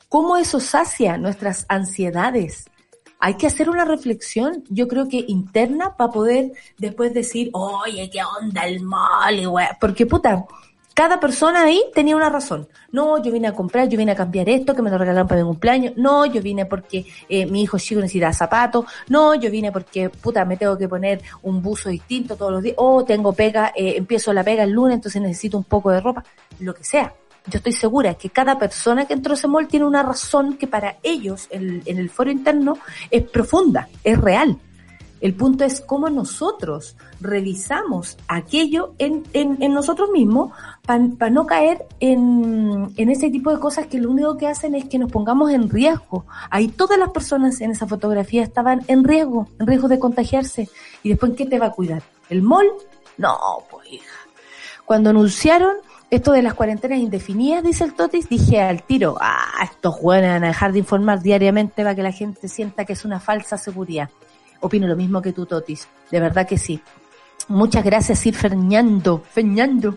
¿Cómo eso sacia nuestras ansiedades? Hay que hacer una reflexión, yo creo que interna, para poder después decir, oye, ¿qué onda el mall? Porque, puta, cada persona ahí tenía una razón. No, yo vine a comprar, yo vine a cambiar esto, que me lo regalaron para mi cumpleaños. No, yo vine porque eh, mi hijo chico necesita zapatos. No, yo vine porque, puta, me tengo que poner un buzo distinto todos los días. Oh, tengo pega, eh, empiezo la pega el lunes, entonces necesito un poco de ropa. Lo que sea. Yo estoy segura que cada persona que entró a ese mall tiene una razón que para ellos, en, en el foro interno, es profunda, es real. El punto es cómo nosotros revisamos aquello en, en, en nosotros mismos para pa no caer en, en ese tipo de cosas que lo único que hacen es que nos pongamos en riesgo. Ahí todas las personas en esa fotografía estaban en riesgo, en riesgo de contagiarse. ¿Y después qué te va a cuidar? ¿El mall? No, pues hija. Cuando anunciaron esto de las cuarentenas indefinidas, dice el Totis, dije al tiro, ah, estos güeyes van a dejar de informar diariamente para que la gente sienta que es una falsa seguridad. Opino lo mismo que tú, Totis, de verdad que sí. Muchas gracias, Sir Fernando. Fernando.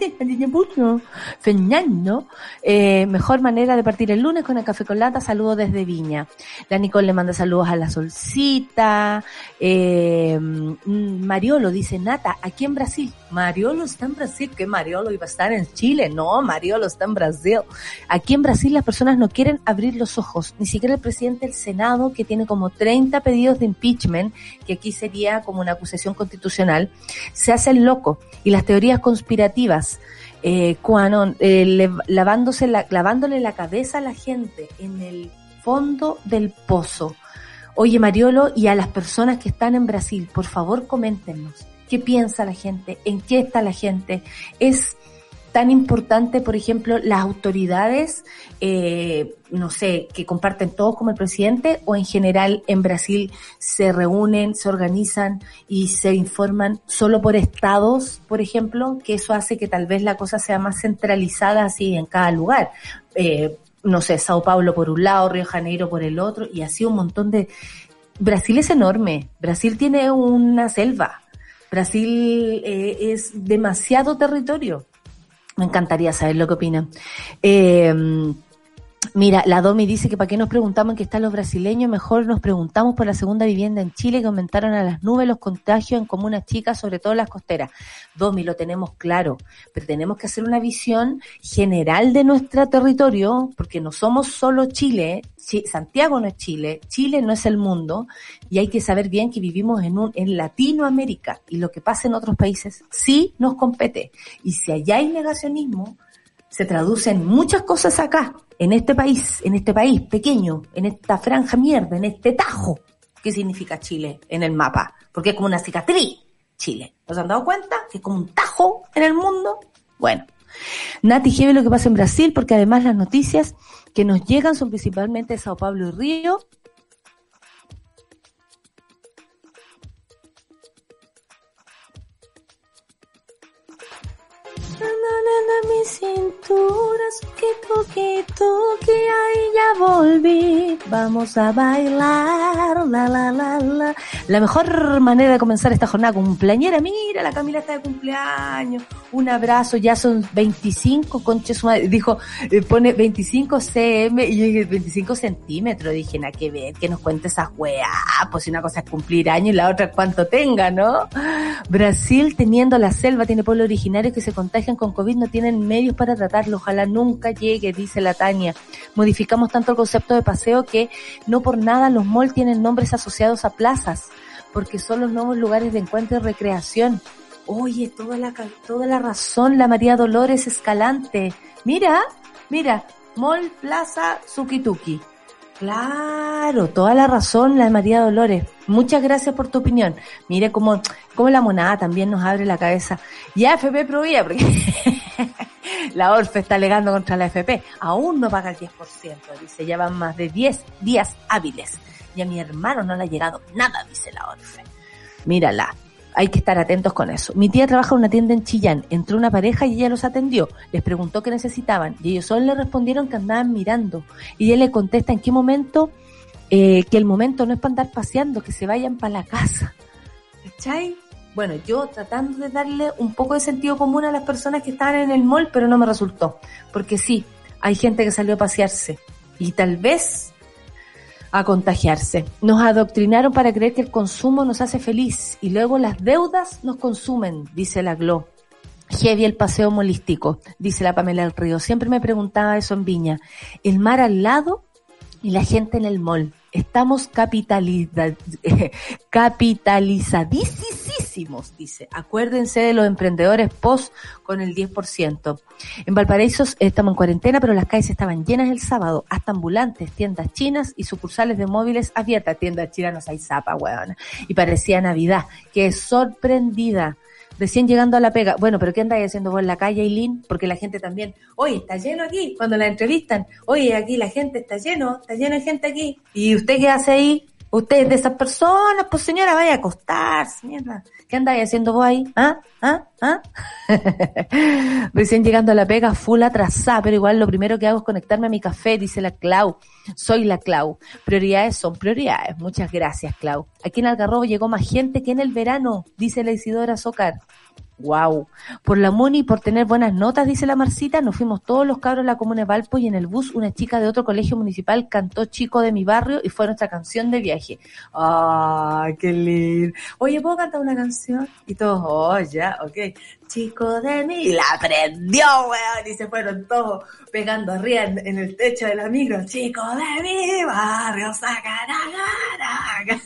Fernando. Eh, mejor manera de partir el lunes con el café con lata. Saludos desde Viña. La Nicole le manda saludos a la Solcita. Eh, Mariolo dice, Nata, aquí en Brasil. Mariolo está en Brasil. ¿Qué Mariolo iba a estar en Chile? No, Mariolo está en Brasil. Aquí en Brasil las personas no quieren abrir los ojos. Ni siquiera el presidente del Senado, que tiene como treinta pedidos de impeachment, que aquí sería como una acusación constitucional, se hace el loco. Y las teorías conspirativas, eh, cuando, eh, le, lavándose la, lavándole la cabeza a la gente en el fondo del pozo. Oye, Mariolo, y a las personas que están en Brasil, por favor, coméntenos. ¿Qué piensa la gente? ¿En qué está la gente? Es tan importante, por ejemplo, las autoridades, eh, no sé, que comparten todos como el presidente, o en general en Brasil se reúnen, se organizan y se informan solo por estados, por ejemplo, que eso hace que tal vez la cosa sea más centralizada así en cada lugar. Eh, no sé, Sao Paulo por un lado, Río de Janeiro por el otro, y así un montón de... Brasil es enorme, Brasil tiene una selva, Brasil eh, es demasiado territorio. Me encantaría saber lo que opinan. Eh, mira, la Domi dice que para qué nos preguntamos en qué están los brasileños, mejor nos preguntamos por la segunda vivienda en Chile, que aumentaron a las nubes los contagios en comunas chicas, sobre todo las costeras. Domi, lo tenemos claro, pero tenemos que hacer una visión general de nuestro territorio, porque no somos solo Chile, Santiago no es Chile, Chile no es el mundo, y hay que saber bien que vivimos en un en Latinoamérica, y lo que pasa en otros países sí nos compete. Y si allá hay negacionismo, se traduce en muchas cosas acá, en este país, en este país pequeño, en esta franja mierda, en este tajo. ¿Qué significa Chile en el mapa? Porque es como una cicatriz, Chile. ¿No se han dado cuenta? Que es como un tajo en el mundo. Bueno, Nati, lleve lo que pasa en Brasil, porque además las noticias que nos llegan son principalmente de Sao Paulo y Río. Mi cintura, que toque, toque, ahí ya volví. Vamos a bailar, la, la, la, la. La mejor manera de comenzar esta jornada cumpleañera. Mira, la Camila está de cumpleaños. Un abrazo, ya son veinticinco, conche su madre. Dijo, eh, pone veinticinco centímetros, y yo dije veinticinco centímetros. Dije, nada que ver, que nos cuente esas weas. Pues si una cosa es cumplir años y la otra es cuánto tenga, ¿no? Brasil, teniendo la selva, tiene pueblos originarios que se contagian con COVID, no tienen medios para tratarlo. Ojalá nunca llegue, dice la Tania. Modificamos tanto el concepto de paseo que no por nada los malls tienen nombres asociados a plazas, porque son los nuevos lugares de encuentro y recreación. Oye, toda la, toda la razón, la María Dolores Escalante. Mira, mira, Mall Plaza Sukituki. Claro, toda la razón, la de María Dolores. Muchas gracias por tu opinión. Mire cómo, cómo la monada también nos abre la cabeza. Y A F P Provida, porque la Orfe está alegando contra la A F P. Aún no paga el diez por ciento, dice, ya van más de diez días hábiles. Y a mi hermano no le ha llegado nada, dice la Orfe. Mírala. Hay que estar atentos con eso. Mi tía trabaja en una tienda en Chillán. Entró una pareja y ella los atendió. Les preguntó qué necesitaban y ellos solo le respondieron que andaban mirando. Y ella le contesta en qué momento, eh, que el momento no es para andar paseando, que se vayan para la casa. ¿Cachai? Bueno, yo tratando de darle un poco de sentido común a las personas que estaban en el mall, pero no me resultó. Porque sí, hay gente que salió a pasearse. y tal vez a contagiarse. Nos adoctrinaron para creer que el consumo nos hace feliz y luego las deudas nos consumen, dice la Glo. Heavy el paseo molístico, dice la Pamela del Río. Siempre me preguntaba eso en Viña. El mar al lado y la gente en el mall. Estamos capitaliza, capitalizadísimos, dice. Acuérdense de los emprendedores post con el diez por ciento. En Valparaíso estamos en cuarentena, pero las calles estaban llenas el sábado. Hasta ambulantes, tiendas chinas y sucursales de móviles abiertas. Tiendas chinas no hay zapa, weón. Y parecía Navidad. Qué sorprendida. Recién llegando a la pega. Bueno, pero ¿qué andáis haciendo vos en la calle, Ailín? Porque la gente también, oye, está lleno aquí, cuando la entrevistan, oye, aquí la gente está lleno, está lleno de gente aquí. ¿Y usted qué hace ahí? Usted es de esas personas, pues señora, vaya a acostarse, mierda. ¿Qué andáis haciendo vos ahí? ¿Ah? ¿Ah? ¿Ah? Recién llegando a la pega, full atrasada, pero igual lo primero que hago es conectarme a mi café, dice la Clau. Soy la Clau. Prioridades son prioridades. Muchas gracias, Clau. Aquí en Algarrobo llegó más gente que en el verano, dice la Isidora Zócar. Wow. Por la Muni y por tener buenas notas, dice la Marcita, nos fuimos todos los cabros a la comuna de Valpo y en el bus una chica de otro colegio municipal cantó Chico de mi barrio y fue nuestra canción de viaje. ¡Ay, qué lindo! Oye, ¿puedo cantar una canción? Y todos, oh, ya, ok. Chico de mi... Y la aprendió, weón, y se fueron todos pegando arriba en, en el techo de la micro. Chico de mi barrio, sacaragaraga.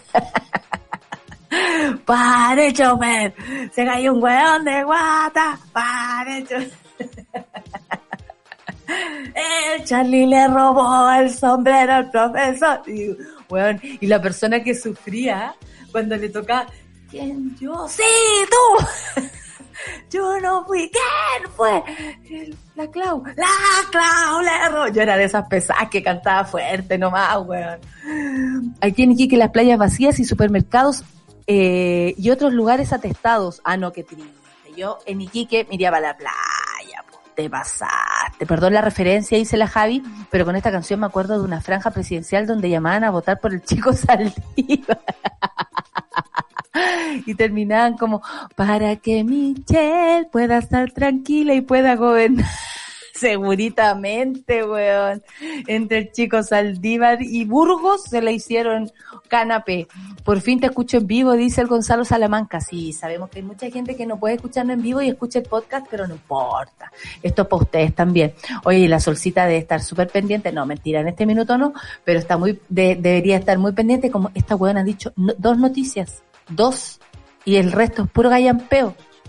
¡Pare, chofer! Se cayó un weón de guata. ¡Pare, chofer! El Charlie le robó el sombrero al profesor. Y, weón, y la persona que sufría cuando le tocaba, ¿quién yo? ¡Sí, tú! Yo no fui. ¿Quién fue? El, la Clau. La Clau le robó. Yo era de esas pesadas que cantaba fuerte nomás, weón. Aquí en Iquique las playas vacías y supermercados Eh, y otros lugares atestados. Ah, no, qué triste. Yo en Iquique me iría para la playa, pues, te pasaste. Perdón la referencia, dice la Javi, pero con esta canción me acuerdo de una franja presidencial donde llamaban a votar por el Chico Saldívar. Y terminaban como, para que Michelle pueda estar tranquila y pueda gobernar. Seguritamente, weón. Entre el Chico Saldívar y Burgos se le hicieron canapé. Por fin te escucho en vivo, dice el Gonzalo Salamanca. Sí, sabemos que hay mucha gente que no puede escucharnos en vivo y escucha el podcast, pero no importa. Esto es para ustedes también. Oye, y la Solcita debe estar súper pendiente. No, mentira, en este minuto no, pero está muy, de, debería estar muy pendiente, como esta weón ha dicho no, dos noticias. Dos. Y el resto es puro gallampeo.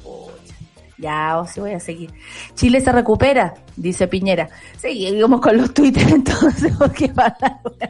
Ya, o si voy a seguir. Chile se recupera, dice Piñera. Seguimos con los twitters entonces, porque va a dar una...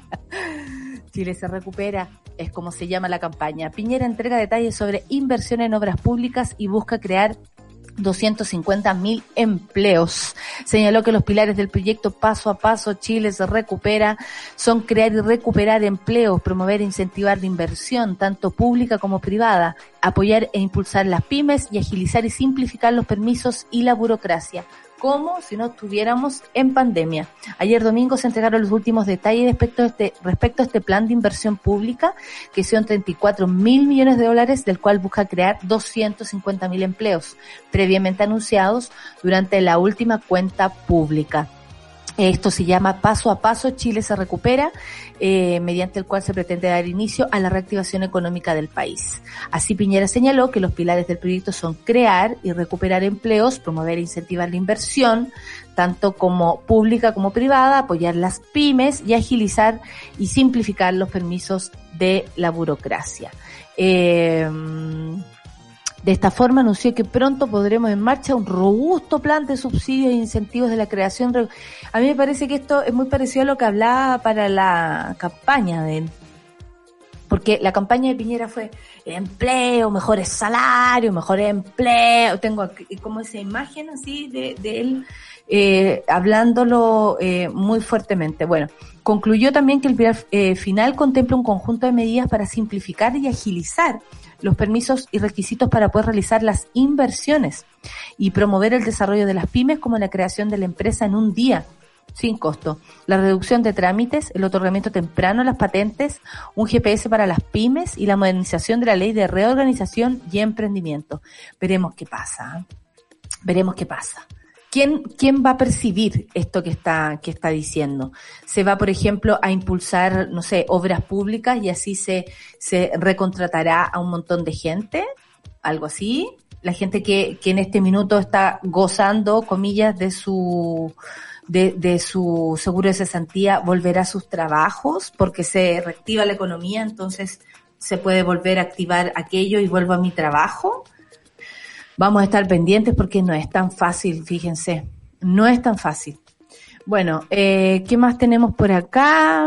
Chile se recupera, es como se llama la campaña. Piñera entrega detalles sobre inversión en obras públicas y busca crear doscientos cincuenta mil empleos. Señaló que los pilares del proyecto Paso a Paso Chile se recupera son crear y recuperar empleos, promover e incentivar la inversión, tanto pública como privada, apoyar e impulsar las pymes y agilizar y simplificar los permisos y la burocracia. Como si no estuviéramos en pandemia. Ayer domingo se entregaron los últimos detalles respecto a este, respecto a este plan de inversión pública, que son treinta y cuatro mil millones de dólares, del cual busca crear doscientos cincuenta mil empleos, previamente anunciados durante la última cuenta pública. Esto se llama Paso a Paso Chile se recupera, eh, mediante el cual se pretende dar inicio a la reactivación económica del país. Así Piñera señaló que los pilares del proyecto son crear y recuperar empleos, promover e incentivar la inversión, tanto como pública como privada, apoyar las pymes y agilizar y simplificar los permisos de la burocracia. Eh, De esta forma anunció que pronto podremos en marcha un robusto plan de subsidios e incentivos de la creación. A mí me parece que esto es muy parecido a lo que hablaba para la campaña de él. Porque la campaña de Piñera fue empleo, mejores salarios, mejores empleos. Tengo aquí como esa imagen así de, de él eh, hablándolo eh, muy fuertemente. Bueno, concluyó también que el plan eh, final contempla un conjunto de medidas para simplificar y agilizar los permisos y requisitos para poder realizar las inversiones y promover el desarrollo de las pymes, como la creación de la empresa en un día, sin costo, la reducción de trámites, el otorgamiento temprano de las patentes, un G P S para las pymes y la modernización de la ley de reorganización y emprendimiento. Veremos qué pasa, ¿eh? Veremos qué pasa. ¿quién, quién va a percibir esto que está, que está diciendo? Se va, por ejemplo, a impulsar, no sé, obras públicas y así se, se recontratará a un montón de gente, algo así. La gente que, que en este minuto está gozando, comillas, de su, de, de su seguro de cesantía, volverá a sus trabajos porque se reactiva la economía, entonces se puede volver a activar aquello y vuelvo a mi trabajo. Vamos a estar pendientes porque no es tan fácil, fíjense, no es tan fácil. Bueno, eh, ¿qué más tenemos por acá?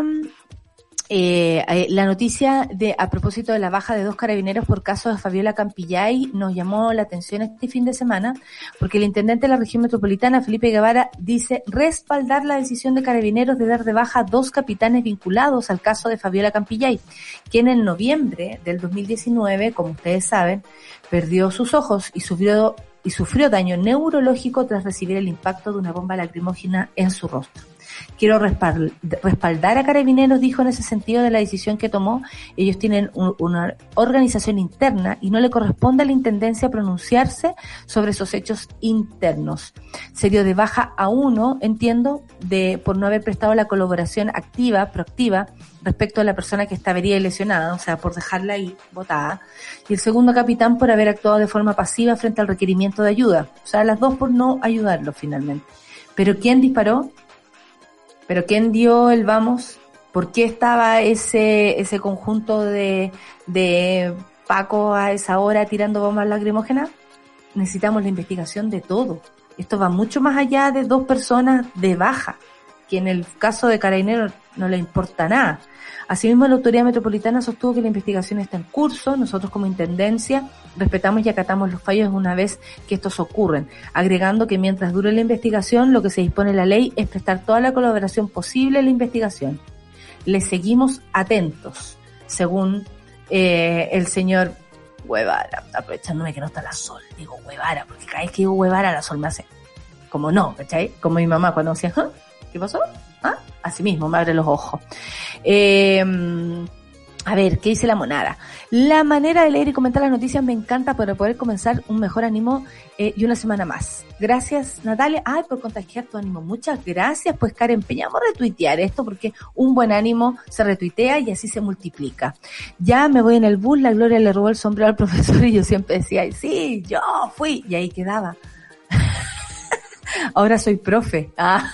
Eh, eh, la noticia de a propósito de la baja de dos carabineros por caso de Fabiola Campillay nos llamó la atención este fin de semana porque el intendente de la región metropolitana, Felipe Guevara, dice respaldar la decisión de carabineros de dar de baja a dos capitanes vinculados al caso de Fabiola Campillay, quien en noviembre del dos mil diecinueve, como ustedes saben, perdió sus ojos y sufrió, y sufrió daño neurológico tras recibir el impacto de una bomba lacrimógena en su rostro. Quiero respaldar a Carabineros, dijo en ese sentido de la decisión que tomó. Ellos tienen un, una organización interna y no le corresponde a la Intendencia pronunciarse sobre esos hechos internos. Se dio de baja a uno, entiendo, de por no haber prestado la colaboración activa, proactiva, respecto a la persona que estaba herida y lesionada, o sea, por dejarla ahí botada. Y el segundo capitán por haber actuado de forma pasiva frente al requerimiento de ayuda. O sea, las dos por no ayudarlo finalmente. ¿Pero quién disparó? ¿Pero quién dio el vamos? ¿Por qué estaba ese ese conjunto de, de Paco a esa hora tirando bombas lacrimógenas? Necesitamos la investigación de todo. Esto va mucho más allá de dos personas de baja, que en el caso de Carabineros no le importa nada. Asimismo, la autoridad metropolitana sostuvo que la investigación está en curso. Nosotros como Intendencia respetamos y acatamos los fallos una vez que estos ocurren, agregando que mientras dure la investigación, lo que se dispone en la ley es prestar toda la colaboración posible a la investigación. Le seguimos atentos, según eh, el señor Guevara, aprovechándome que no está la Sol, digo Guevara, porque cada vez que digo Guevara la Sol me hace como no, ¿cachai? Como mi mamá cuando decía, ¿ah? ¿Qué pasó? ¿Ah? Así mismo, me abre los ojos. Eh, a ver, ¿qué dice la monada? La manera de leer y comentar las noticias me encanta para poder comenzar un mejor ánimo eh, y una semana más. Gracias, Natalia. Ay, por contagiar tu ánimo. Muchas gracias. Pues, Karen, empeñamos a retuitear esto porque un buen ánimo se retuitea y así se multiplica. Ya me voy en el bus, la Gloria le robó el sombrero al profesor y yo siempre decía, sí, yo fui. Y ahí quedaba. Ahora soy profe. Ah.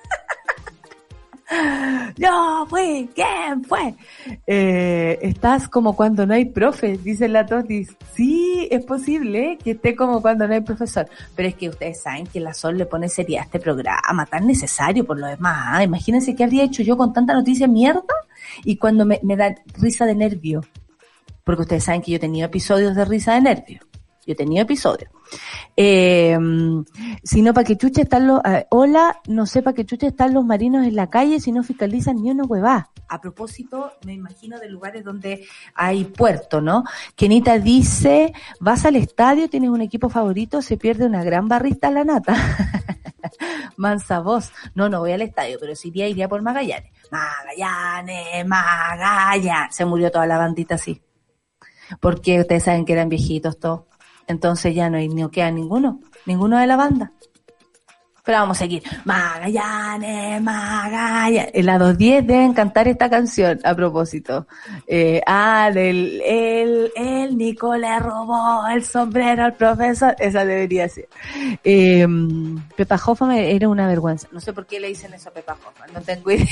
Yo fui, ¿quién fue? Eh, estás como cuando no hay profe, dice la Totis. Sí, es posible que esté como cuando no hay profesor, pero es que ustedes saben que la Sol le pone seriedad a este programa, tan necesario por lo demás. Imagínense qué habría hecho yo con tanta noticia mierda y cuando me, me da risa de nervio, porque ustedes saben que yo he tenido episodios de risa de nervio. Yo he tenido episodios. Eh, si no, para que chucha están los... Eh, hola, no sé para qué chucha están los marinos en la calle si no fiscalizan ni una huevá. A propósito, me imagino de lugares donde hay puerto, ¿no? Kenita dice, vas al estadio, tienes un equipo favorito, se pierde una gran barrista a la nata. Mansa voz. No, no voy al estadio, pero si iría, iría por Magallanes. Magallanes, Magallanes. Se murió toda la bandita así. Porque ustedes saben que eran viejitos todos. Entonces ya no hay ni queda ninguno, ninguno de la banda. Pero vamos a seguir. Magallanes, Magallanes. En la dos diez deben cantar esta canción, a propósito. Eh, ah, del, el, el Nico le robó el sombrero al profesor. Esa debería ser. Eh, Pepa Hoffman era una vergüenza. No sé por qué le dicen eso a Pepa Hoffman, no tengo idea.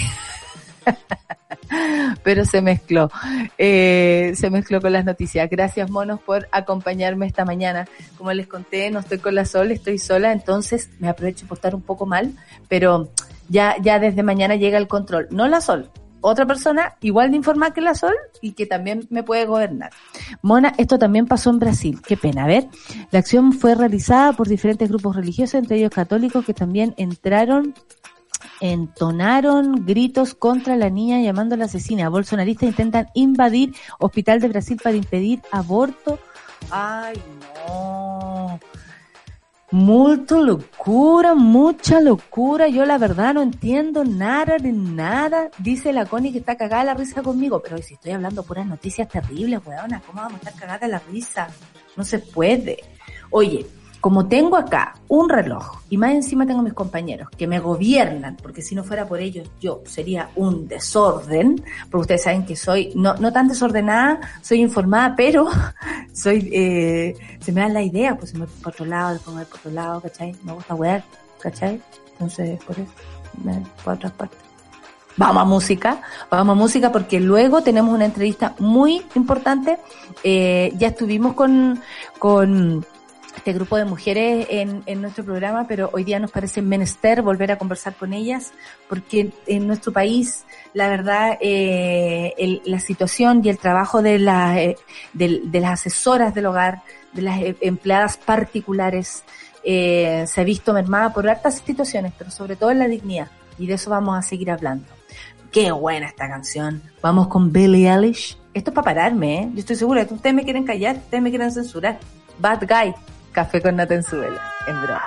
Pero se mezcló, eh, se mezcló con las noticias. Gracias, monos, por acompañarme esta mañana. Como les conté, no estoy con la Sol, estoy sola, entonces me aprovecho por estar un poco mal, pero ya, ya desde mañana llega el control. No la Sol, otra persona igual de informada que la Sol y que también me puede gobernar. Mona, esto también pasó en Brasil. Qué pena. A ver, la acción fue realizada por diferentes grupos religiosos, entre ellos católicos, que también entraron entonaron gritos contra la niña llamándola asesina. Bolsonaristas intentan invadir Hospital de Brasil para impedir aborto. Ay, no. Mucha locura, mucha locura. Yo la verdad no entiendo nada de nada. Dice la Connie que está cagada la risa conmigo. Pero si estoy hablando puras noticias terribles, weona, ¿cómo vamos a estar cagadas la risa? No se puede. Oye, como tengo acá un reloj y más encima tengo mis compañeros que me gobiernan, porque si no fuera por ellos yo sería un desorden, porque ustedes saben que soy no no tan desordenada, soy informada, pero soy eh, se me da la idea, pues se me voy por otro lado, después me voy por otro lado, ¿cachai? Me gusta wear, ¿cachai? Entonces por eso me voy por otras partes. Vamos a música, vamos a música porque luego tenemos una entrevista muy importante. Eh, ya estuvimos con, con este grupo de mujeres en, en nuestro programa, pero hoy día nos parece menester volver a conversar con ellas porque en nuestro país, la verdad, eh, el, la situación y el trabajo de, la, eh, de, de las asesoras del hogar, de las empleadas particulares, eh, se ha visto mermada por hartas situaciones, pero sobre todo en la dignidad. Y de eso vamos a seguir hablando. Qué buena esta canción. Vamos con Billie Eilish. Esto es para pararme, ¿eh? Yo estoy segura que ustedes me quieren callar, ustedes me quieren censurar. Bad Guy, Café con Nata en Suela, en broma.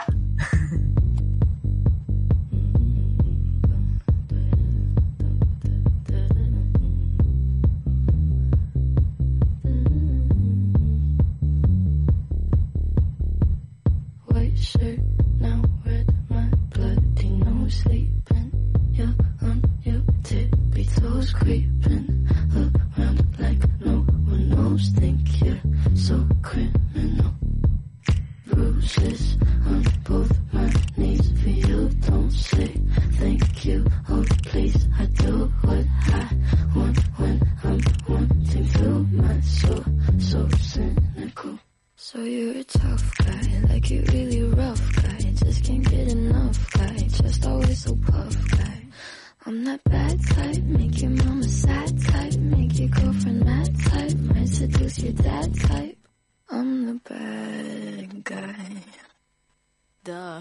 White shirt, now red, my bloody nose sleeping. You're on your tippy toes, creeping around like no one knows. Think you're so criminal. Bruises on both my knees for you. Don't say thank you, oh please. I do what I want when I'm wanting to. My soul so cynical. So you're a tough guy, like you're really rough guy. Just can't get enough guy, just always so puff guy. I'm that bad type, make your mama sad type, make your girlfriend mad type, might seduce your dad type. I'm the bad guy. Duh.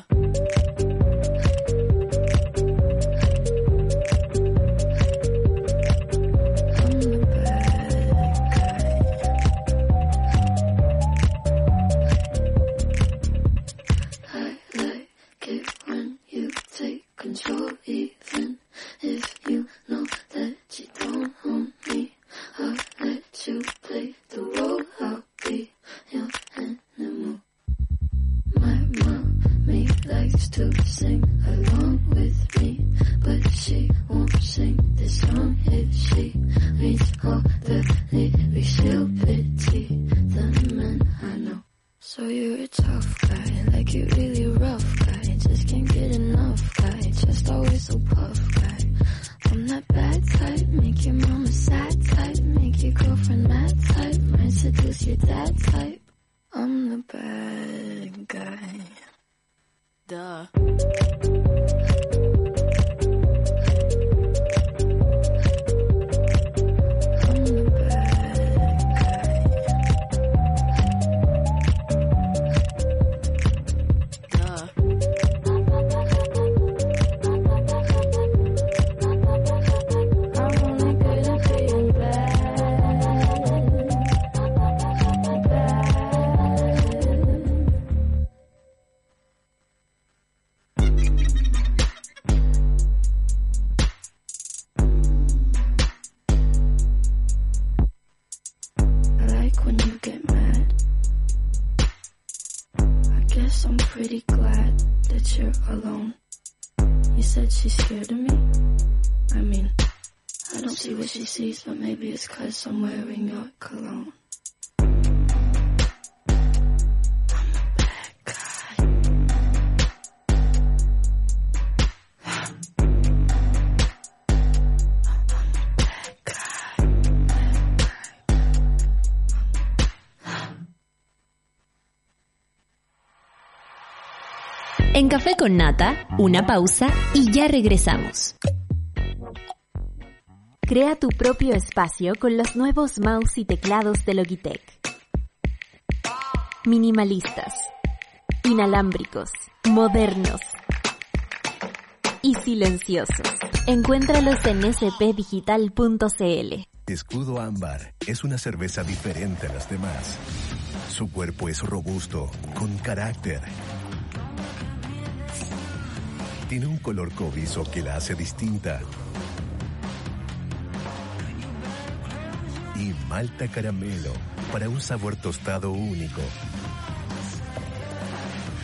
Control even if you know that you don't own me. I'll let you play the role. I'll be your animal. My mommy likes to sing along with me, but she won't sing this song if she reads all the lyrics. She'll pity the men I know. So you're a tough guy, like you're really rough guy. Just can't get enough guy, just always so puff guy. I'm that bad type, make your mama sad type, make your girlfriend mad type, might seduce your dad type. I'm the bad guy. Duh. She sees, but maybe it's 'cause I'm wearing your cologne. En Café con Nata, una pausa y ya regresamos. Crea tu propio espacio con los nuevos mouse y teclados de Logitech. Minimalistas, inalámbricos, modernos y silenciosos. Encuéntralos en ese pe digital punto ce ele. Escudo Ámbar es una cerveza diferente a las demás. Su cuerpo es robusto, con carácter. Tiene un color cobrizo que la hace distinta. Y malta caramelo para un sabor tostado único.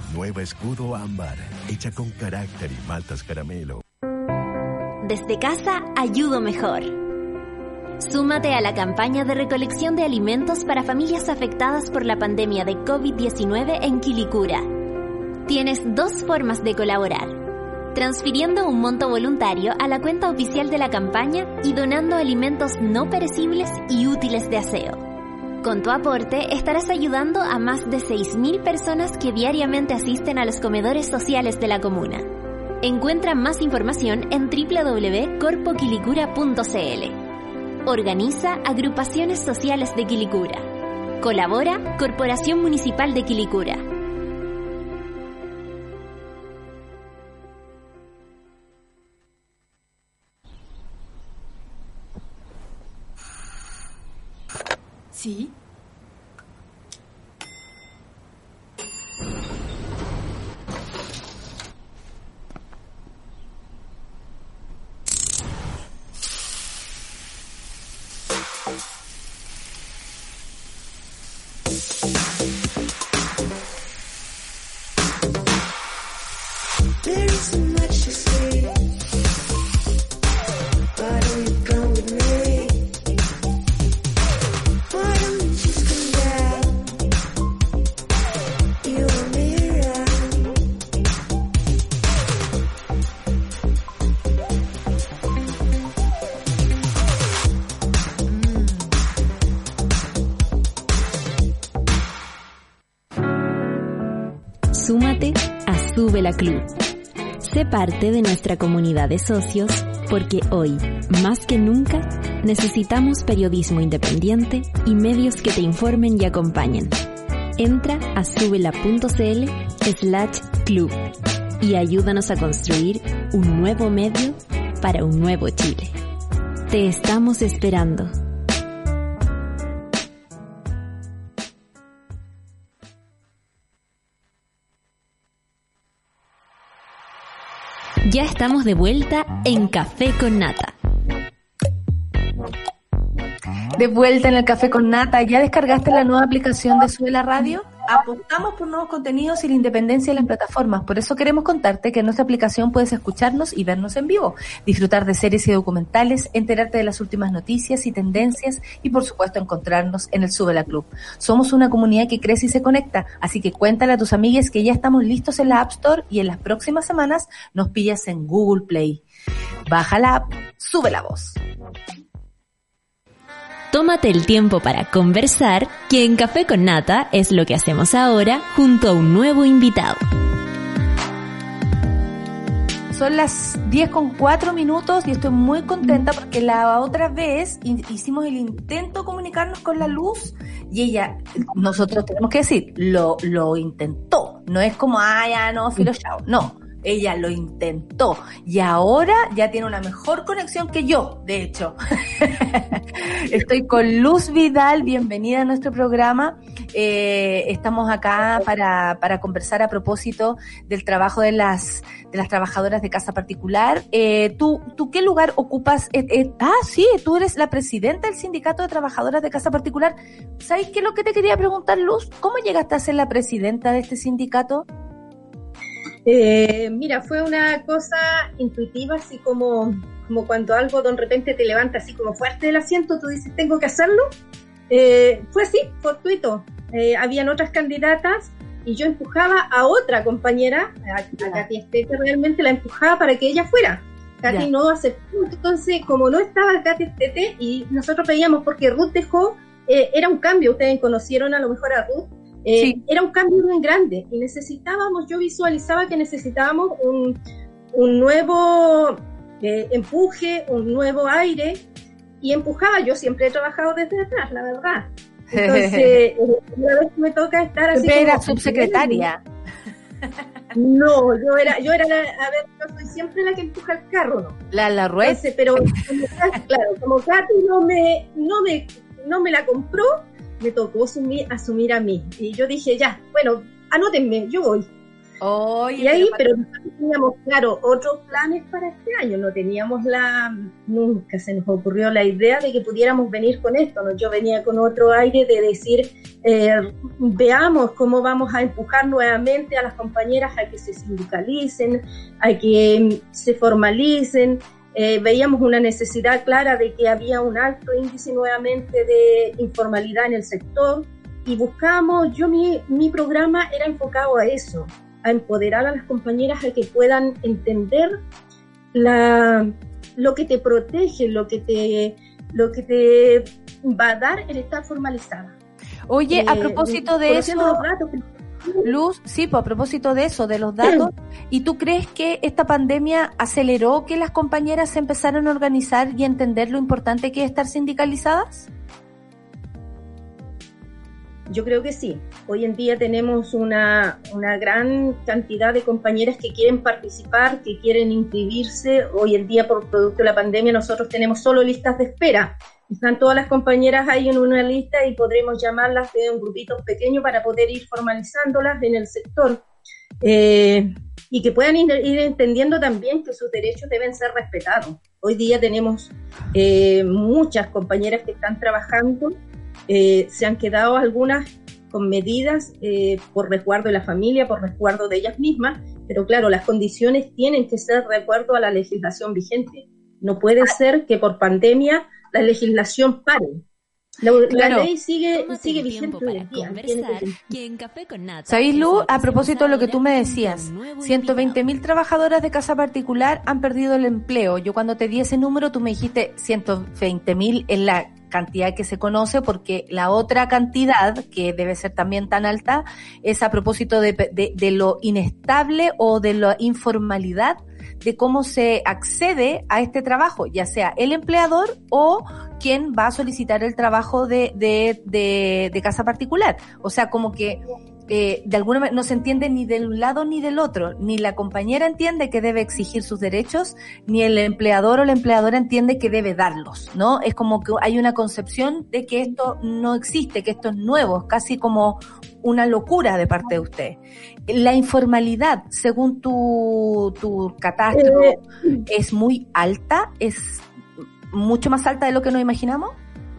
Nueva Escudo Ámbar, hecha con carácter y maltas caramelo. Desde casa, ayudo mejor. Súmate a la campaña de recolección de alimentos para familias afectadas por la pandemia de covid diecinueve en Quilicura. Tienes dos formas de colaborar: transfiriendo un monto voluntario a la cuenta oficial de la campaña y donando alimentos no perecibles y útiles de aseo. Con tu aporte estarás ayudando a más de seis mil personas que diariamente asisten a los comedores sociales de la comuna. Encuentra más información en doble u doble u doble u punto corpo quilicura punto c l. Organiza Agrupaciones Sociales de Quilicura. Colabora Corporación Municipal de Quilicura. Sí. Súmate a Súbela Club. Sé parte de nuestra comunidad de socios porque hoy, más que nunca, necesitamos periodismo independiente y medios que te informen y acompañen. Entra a súbela.cl slash club y ayúdanos a construir un nuevo medio para un nuevo Chile. Te estamos esperando. Ya estamos de vuelta en Café con Nata. De vuelta en el Café con Nata. ¿Ya descargaste la nueva aplicación de Sube la Radio? Apostamos por nuevos contenidos y la independencia de las plataformas. Por eso queremos contarte que en nuestra aplicación puedes escucharnos y vernos en vivo, disfrutar de series y documentales, enterarte de las últimas noticias y tendencias y, por supuesto, encontrarnos en el Súbela Club. Somos una comunidad que crece y se conecta, así que cuéntale a tus amigues que ya estamos listos en la App Store y en las próximas semanas nos pillas en Google Play. Baja la app, sube la voz. Tómate el tiempo para conversar, que en Café con Nata es lo que hacemos ahora junto a un nuevo invitado. Son las diez con cuatro minutos y estoy muy contenta porque la otra vez hicimos el intento de comunicarnos con la Luz y ella, nosotros tenemos que decir, lo, lo intentó. No es como, ah, ya no, filo, chao. No. Ella lo intentó y ahora ya tiene una mejor conexión que yo, de hecho. Estoy con Luz Vidal, bienvenida a nuestro programa. Eh, estamos acá para, para conversar a propósito del trabajo de las de las trabajadoras de casa particular. Eh, ¿tú, ¿Tú qué lugar ocupas? Eh, eh, ah, sí, tú eres la presidenta del Sindicato de Trabajadoras de Casa Particular. ¿Sabes qué es lo que te quería preguntar, Luz? ¿Cómo llegaste a ser la presidenta de este sindicato? Eh, mira, fue una cosa intuitiva, así como, como cuando algo de repente te levanta así como fuerte del asiento, tú dices, tengo que hacerlo. Eh, fue así, fortuito. Eh, habían otras candidatas y yo empujaba a otra compañera, a, a Katy Estete, realmente la empujaba para que ella fuera. Katy yeah. no aceptó, entonces como no estaba Katy Estete y nosotros pedíamos, porque Ruth dejó, eh, era un cambio, ustedes conocieron a lo mejor a Ruth. Eh, sí. Era un cambio muy grande y necesitábamos, yo visualizaba que necesitábamos un, un nuevo eh, empuje, un nuevo aire, y empujaba. Yo siempre he trabajado desde atrás, la verdad. Entonces, eh, una vez que me toca estar así. ¿Usted era subsecretaria? No, yo era, yo era, la, a ver, yo soy siempre la que empuja el carro, ¿no? La, la rueda. Entonces, pero, como, claro, como Katy no me, no me, no me la compró, me tocó asumir, asumir a mí. Y yo dije, ya, bueno, anótenme, yo voy. Oye, Y ahí, pero pero nosotros teníamos, claro, otros planes para este año, no teníamos la, nunca se nos ocurrió la idea de que pudiéramos venir con esto, ¿no? Yo venía con otro aire de decir, eh, veamos cómo vamos a empujar nuevamente a las compañeras a que se sindicalicen, a que se formalicen. Eh, veíamos una necesidad clara de que había un alto índice nuevamente de informalidad en el sector y buscamos, yo mi, mi programa era enfocado a eso, a empoderar a las compañeras a que puedan entender la, lo que te protege, lo que te, lo que te va a dar el estar formalizada. Oye, Eh, a propósito de eso, conociendo los datos que- Luz, sí, pues a propósito de eso, de los datos, ¿y tú crees que esta pandemia aceleró que las compañeras se empezaran a organizar y a entender lo importante que es estar sindicalizadas? Yo creo que sí. Hoy en día tenemos una, una gran cantidad de compañeras que quieren participar, que quieren inscribirse. Hoy en día, por producto de la pandemia, nosotros tenemos solo listas de espera. Están todas las compañeras ahí en una lista y podremos llamarlas de un grupito pequeño para poder ir formalizándolas en el sector. Eh, y que puedan ir, ir entendiendo también que sus derechos deben ser respetados. Hoy día tenemos eh, muchas compañeras que están trabajando. Eh, se han quedado algunas con medidas eh, por resguardo de la familia, por resguardo de ellas mismas, pero claro, las condiciones tienen que ser de acuerdo a la legislación vigente. No puede ser que por pandemia la legislación pare. La, Claro. la ley sigue, Tómate sigue el vigente tiempo hoy para en día. conversar, Tiene que- que en Café con Nata ¿Sabéis, Lu? nos A propósito de lo que tú me ahora decías, un nuevo ciento veinte mil invitado. trabajadoras de casa particular han perdido el empleo. Yo cuando te di ese número, tú me dijiste ciento veinte mil es la cantidad que se conoce, porque la otra cantidad, que debe ser también tan alta, es a propósito de, de, de lo inestable o de la informalidad de cómo se accede a este trabajo, ya sea el empleador o quien va a solicitar el trabajo de, de, de, de casa particular. O sea, como que eh, de alguna manera no se entiende ni del un lado ni del otro. Ni la compañera entiende que debe exigir sus derechos, ni el empleador o la empleadora entiende que debe darlos, ¿no? Es como que hay una concepción de que esto no existe, que esto es nuevo, es casi como una locura de parte de usted. La informalidad, según tu, tu catastro, Eh, es muy alta, es mucho más alta de lo que nos imaginamos.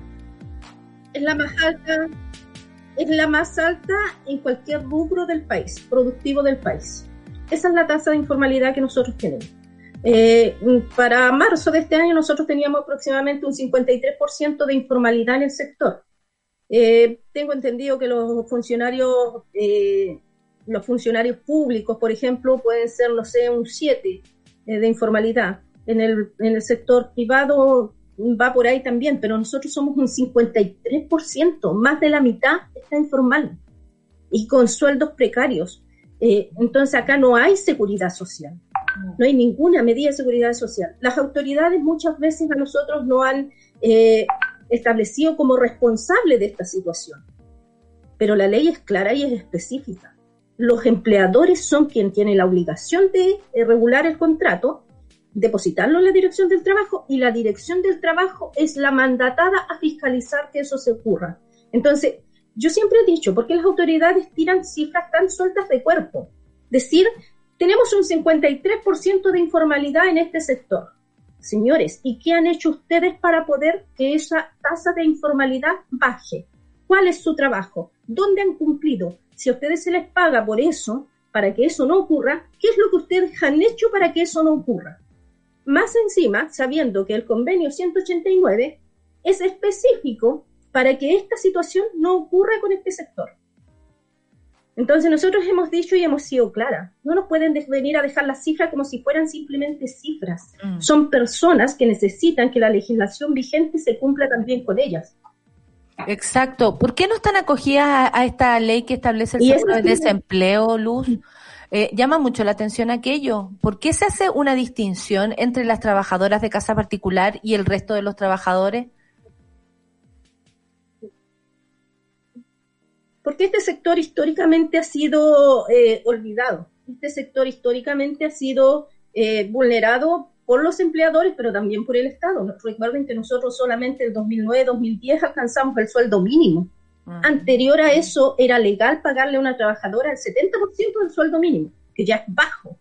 es la más alta, es la más alta en cualquier rubro del país, productivo del país. Esa es la tasa de informalidad que nosotros tenemos. Eh, para marzo de este año nosotros teníamos aproximadamente un cincuenta y tres por ciento de informalidad en el sector. Eh, tengo entendido que los funcionarios, eh, los funcionarios públicos, por ejemplo, pueden ser, no sé, un siete eh, de informalidad. En el, en el sector privado va por ahí también, pero nosotros somos un cincuenta y tres por ciento, más de la mitad está informal y con sueldos precarios. Eh, entonces acá no hay seguridad social, no hay ninguna medida de seguridad social. Las autoridades muchas veces a nosotros nos han eh, establecido como responsable de esta situación, pero la ley es clara y es específica. Los empleadores son quienes tienen la obligación de eh, regular el contrato, depositarlo en la Dirección del Trabajo, y la Dirección del Trabajo es la mandatada a fiscalizar que eso se ocurra. Entonces, yo siempre he dicho, ¿por qué las autoridades tiran cifras tan sueltas de cuerpo? Decir, tenemos un cincuenta y tres por ciento de informalidad en este sector. Señores, ¿y qué han hecho ustedes para poder que esa tasa de informalidad baje? ¿Cuál es su trabajo? ¿Dónde han cumplido? Si a ustedes se les paga por eso, para que eso no ocurra, ¿qué es lo que ustedes han hecho para que eso no ocurra? Más encima, sabiendo que el convenio ciento ochenta y nueve es específico para que esta situación no ocurra con este sector. Entonces nosotros hemos dicho y hemos sido claras, no nos pueden venir a dejar las cifras como si fueran simplemente cifras. Mm. Son personas que necesitan que la legislación vigente se cumpla también con ellas. Exacto. ¿Por qué no están acogidas a, a esta ley que establece el seguro de desempleo, Luz? Eh, llama mucho la atención aquello. ¿Por qué se hace una distinción entre las trabajadoras de casa particular y el resto de los trabajadores? Porque este sector históricamente ha sido eh, olvidado. Este sector históricamente ha sido eh, vulnerado por los empleadores, pero también por el Estado. Recuerden que nosotros solamente en dos mil nueve dos mil diez alcanzamos el sueldo mínimo. Uh-huh. Anterior a eso era legal pagarle a una trabajadora el setenta por ciento del sueldo mínimo. que ya es bajo.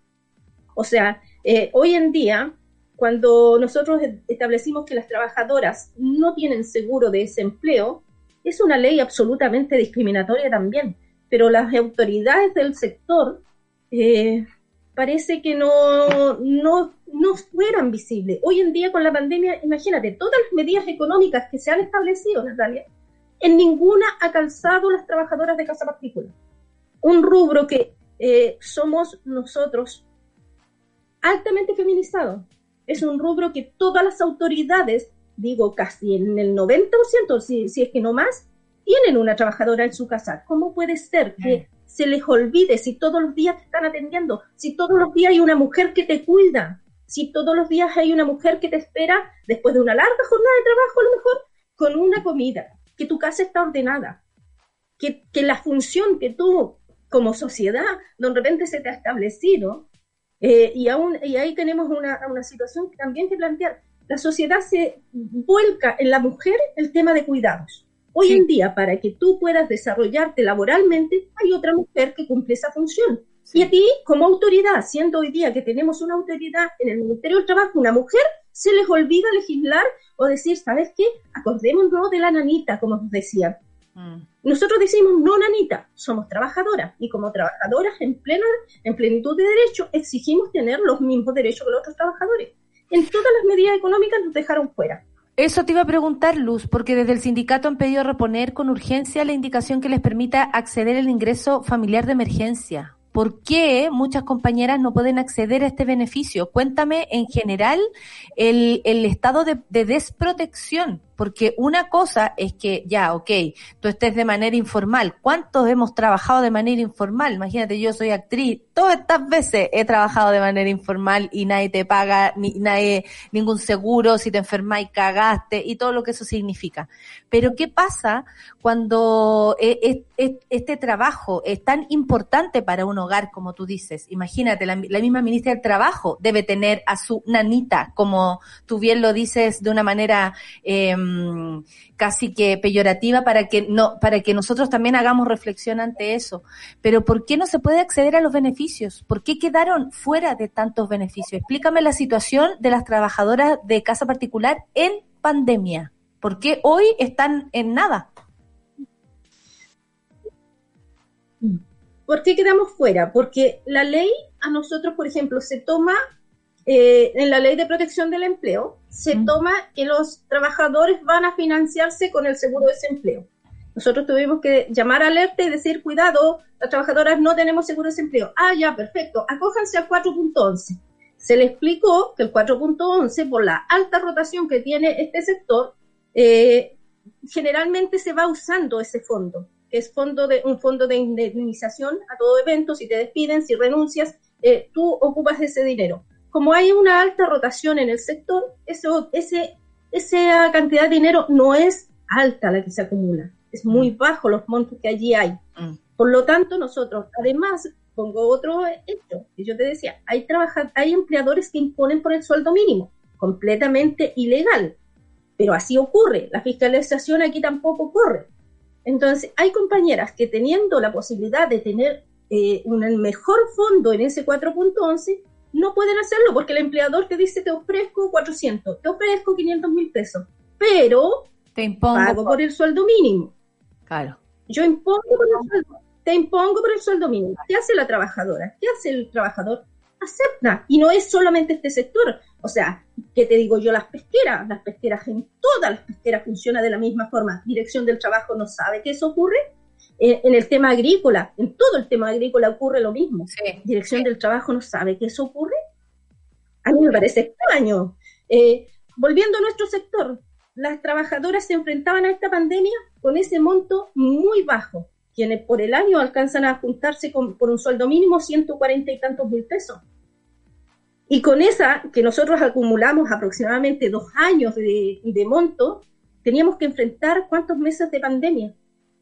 O sea, eh, hoy en día, cuando nosotros establecimos que las trabajadoras no tienen seguro de desempleo, es una ley absolutamente discriminatoria también, pero las autoridades del sector eh, parece que no, no, no fueran visibles. Hoy en día con la pandemia, imagínate, todas las medidas económicas que se han establecido, Natalia, en ninguna ha calzado las trabajadoras de casa particular. Un rubro que eh, somos nosotros altamente feminizados. Es un rubro que todas las autoridades, digo casi en el noventa por ciento, si, si es que no más, tienen una trabajadora en su casa. ¿Cómo puede ser que se les olvide si todos los días te están atendiendo, si todos los días hay una mujer que te cuida, si todos los días hay una mujer que te espera después de una larga jornada de trabajo, a lo mejor, con una comida, que tu casa está ordenada, que, que la función que tú, como sociedad, de repente se te ha establecido, eh, y, aún, y ahí tenemos una, una situación también que plantear. La sociedad se vuelca en la mujer el tema de cuidados. Hoy sí. en día, para que tú puedas desarrollarte laboralmente, hay otra mujer que cumple esa función. Sí. Y a ti, como autoridad, siendo hoy día que tenemos una autoridad en el Ministerio del Trabajo, una mujer, se les olvida legislar o decir, ¿sabes qué? Acordémonos de la nanita, como nos decían. Mm. Nosotros decimos, no nanita, somos trabajadoras. Y como trabajadoras en plena, en plenitud de derecho, exigimos tener los mismos derechos que los otros trabajadores. En todas las medidas económicas nos dejaron fuera. Eso te iba a preguntar, Luz, porque desde el sindicato han pedido reponer con urgencia la indicación que les permita acceder al ingreso familiar de emergencia. ¿Por qué muchas compañeras no pueden acceder a este beneficio? Cuéntame en general el, el estado de, de desprotección, porque una cosa es que ya, ok, tú estés de manera informal. ¿Cuántos hemos trabajado de manera informal? Imagínate, yo soy actriz, todas estas veces he trabajado de manera informal y nadie te paga, ni nadie, ningún seguro, si te enfermas y cagaste y todo lo que eso significa. Pero ¿qué pasa cuando es, es, este trabajo es tan importante para un hogar, como tú dices? Imagínate, la, la misma ministra del Trabajo debe tener a su nanita, como tú bien lo dices de una manera eh, casi que peyorativa, para que no, para que nosotros también hagamos reflexión ante eso. Pero ¿por qué no se puede acceder a los beneficios? ¿Por qué quedaron fuera de tantos beneficios? Explícame la situación de las trabajadoras de casa particular en pandemia. ¿Por qué hoy están en nada? ¿Por qué quedamos fuera? Porque la ley a nosotros, por ejemplo, se toma eh, en la ley de protección del empleo, se mm. toma que los trabajadores van a financiarse con el seguro de desempleo. Nosotros tuvimos que llamar a alerta y decir, cuidado, las trabajadoras no tenemos seguro de desempleo. Ah, ya, perfecto, acójanse al cuatro punto once. Se le explicó que el cuatro punto once, por la alta rotación que tiene este sector, eh, generalmente se va usando ese fondo, que es fondo de, un fondo de indemnización a todo evento. Si te despiden, si renuncias, eh, tú ocupas ese dinero. Como hay una alta rotación en el sector, eso, ese, esa cantidad de dinero no es alta la que se acumula, es muy bajo los montos que allí hay. Mm. Por lo tanto, nosotros, además, pongo otro hecho, que yo te decía, hay, trabaja, hay empleadores que imponen por el sueldo mínimo, completamente ilegal, pero así ocurre, la fiscalización aquí tampoco ocurre. Entonces, hay compañeras que teniendo la posibilidad de tener eh, un mejor fondo en ese cuatro punto once, no pueden hacerlo porque el empleador te dice, te ofrezco cuatrocientos, te ofrezco quinientos mil pesos, pero te impongo pago por el sueldo mínimo. Claro. Yo impongo por el sueldo, te impongo por el sueldo mínimo. ¿Qué hace la trabajadora? ¿Qué hace el trabajador? Acepta. Y no es solamente este sector. O sea, ¿qué te digo yo? Las pesqueras, las pesqueras en todas las pesqueras funciona de la misma forma. Dirección del Trabajo no sabe que eso ocurre. Eh, en el tema agrícola, en todo el tema agrícola ocurre lo mismo. Sí. Dirección sí. del Trabajo no sabe que eso ocurre. A mí me parece extraño. Eh, volviendo a nuestro sector, las trabajadoras se enfrentaban a esta pandemia con ese monto muy bajo, quienes por el año alcanzan a juntarse con, por un sueldo mínimo ciento cuarenta y tantos mil pesos. Y con esa, que nosotros acumulamos aproximadamente dos años de, de monto, teníamos que enfrentar cuántos meses de pandemia.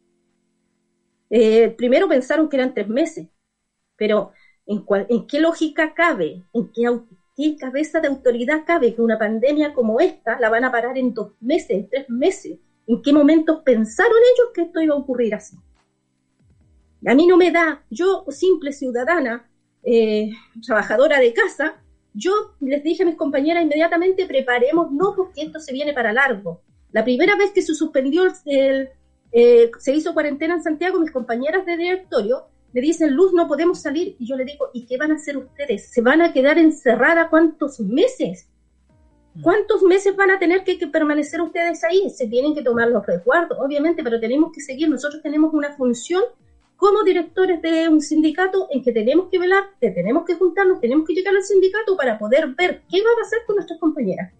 Eh, primero pensaron que eran tres meses, pero ¿en, cual, ¿en qué lógica cabe? ¿En qué, qué cabeza de autoridad cabe que una pandemia como esta la van a parar en dos meses, en tres meses? ¿En qué momentos pensaron ellos que esto iba a ocurrir así? A mí no me da, yo, simple ciudadana, eh, trabajadora de casa, yo les dije a mis compañeras inmediatamente, preparémonos porque esto se viene para largo. La primera vez que se suspendió, el, el, eh, se hizo cuarentena en Santiago, mis compañeras de directorio me dicen, Luz, no podemos salir. Y yo le digo, ¿y qué van a hacer ustedes? ¿Se van a quedar encerradas cuántos meses? ¿Cuántos meses van a tener que, que permanecer ustedes ahí? Se tienen que tomar los resguardos, obviamente, pero tenemos que seguir. Nosotros tenemos una función como directores de un sindicato en que tenemos que velar, que tenemos que juntarnos, tenemos que llegar al sindicato para poder ver qué va a pasar con nuestras compañeras.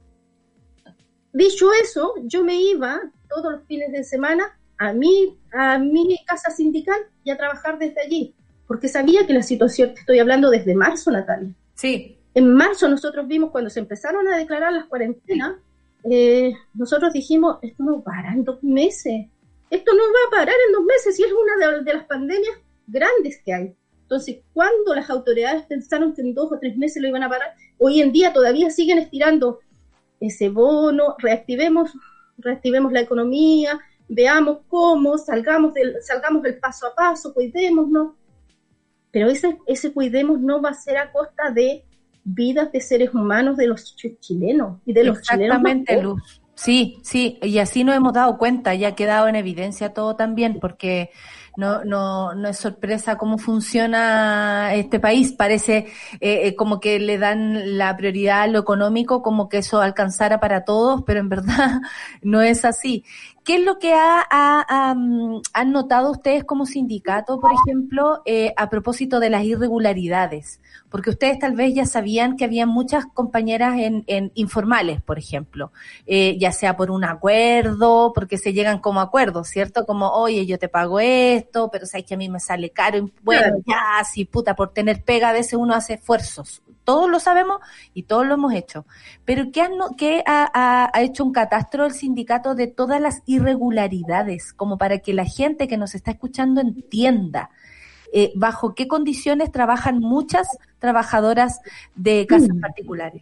Dicho eso, yo me iba todos los fines de semana a mi, a mi casa sindical y a trabajar desde allí, porque sabía que la situación, te estoy hablando desde marzo, Natalia. Sí. En marzo nosotros vimos cuando se empezaron a declarar las cuarentenas, eh, nosotros dijimos, esto no para en dos meses, esto no va a parar en dos meses y es una de, de las pandemias grandes que hay. Entonces, cuando las autoridades pensaron que en dos o tres meses lo iban a parar, hoy en día todavía siguen estirando ese bono, reactivemos, reactivemos la economía, veamos cómo, salgamos del, salgamos del paso a paso, cuidémonos, pero ese, ese cuidemos no va a ser a costa de vidas de seres humanos de los chilenos y de los chilenos. Exactamente, Luz. Sí, sí, y así nos hemos dado cuenta, ya ha quedado en evidencia todo también, porque no no no es sorpresa cómo funciona este país. Parece eh, como que le dan la prioridad a lo económico, como que eso alcanzara para todos, pero en verdad no es así. ¿Qué es lo que ha, ha, ha, han notado ustedes como sindicato, por ejemplo, eh, a propósito de las irregularidades? Porque ustedes tal vez ya sabían que había muchas compañeras en, en informales, por ejemplo, eh, ya sea por un acuerdo, porque se llegan como acuerdos, ¿cierto? Como, oye, yo te pago esto, pero sabes que a mí me sale caro. Bueno, ya, sí, puta, por tener pega a veces uno hace esfuerzos. Todos lo sabemos y todos lo hemos hecho. Pero ¿qué, han, qué ha, ha, ha hecho un catastro el sindicato de todas las irregularidades? Como para que la gente que nos está escuchando entienda eh, bajo qué condiciones trabajan muchas trabajadoras de casas mm. particulares.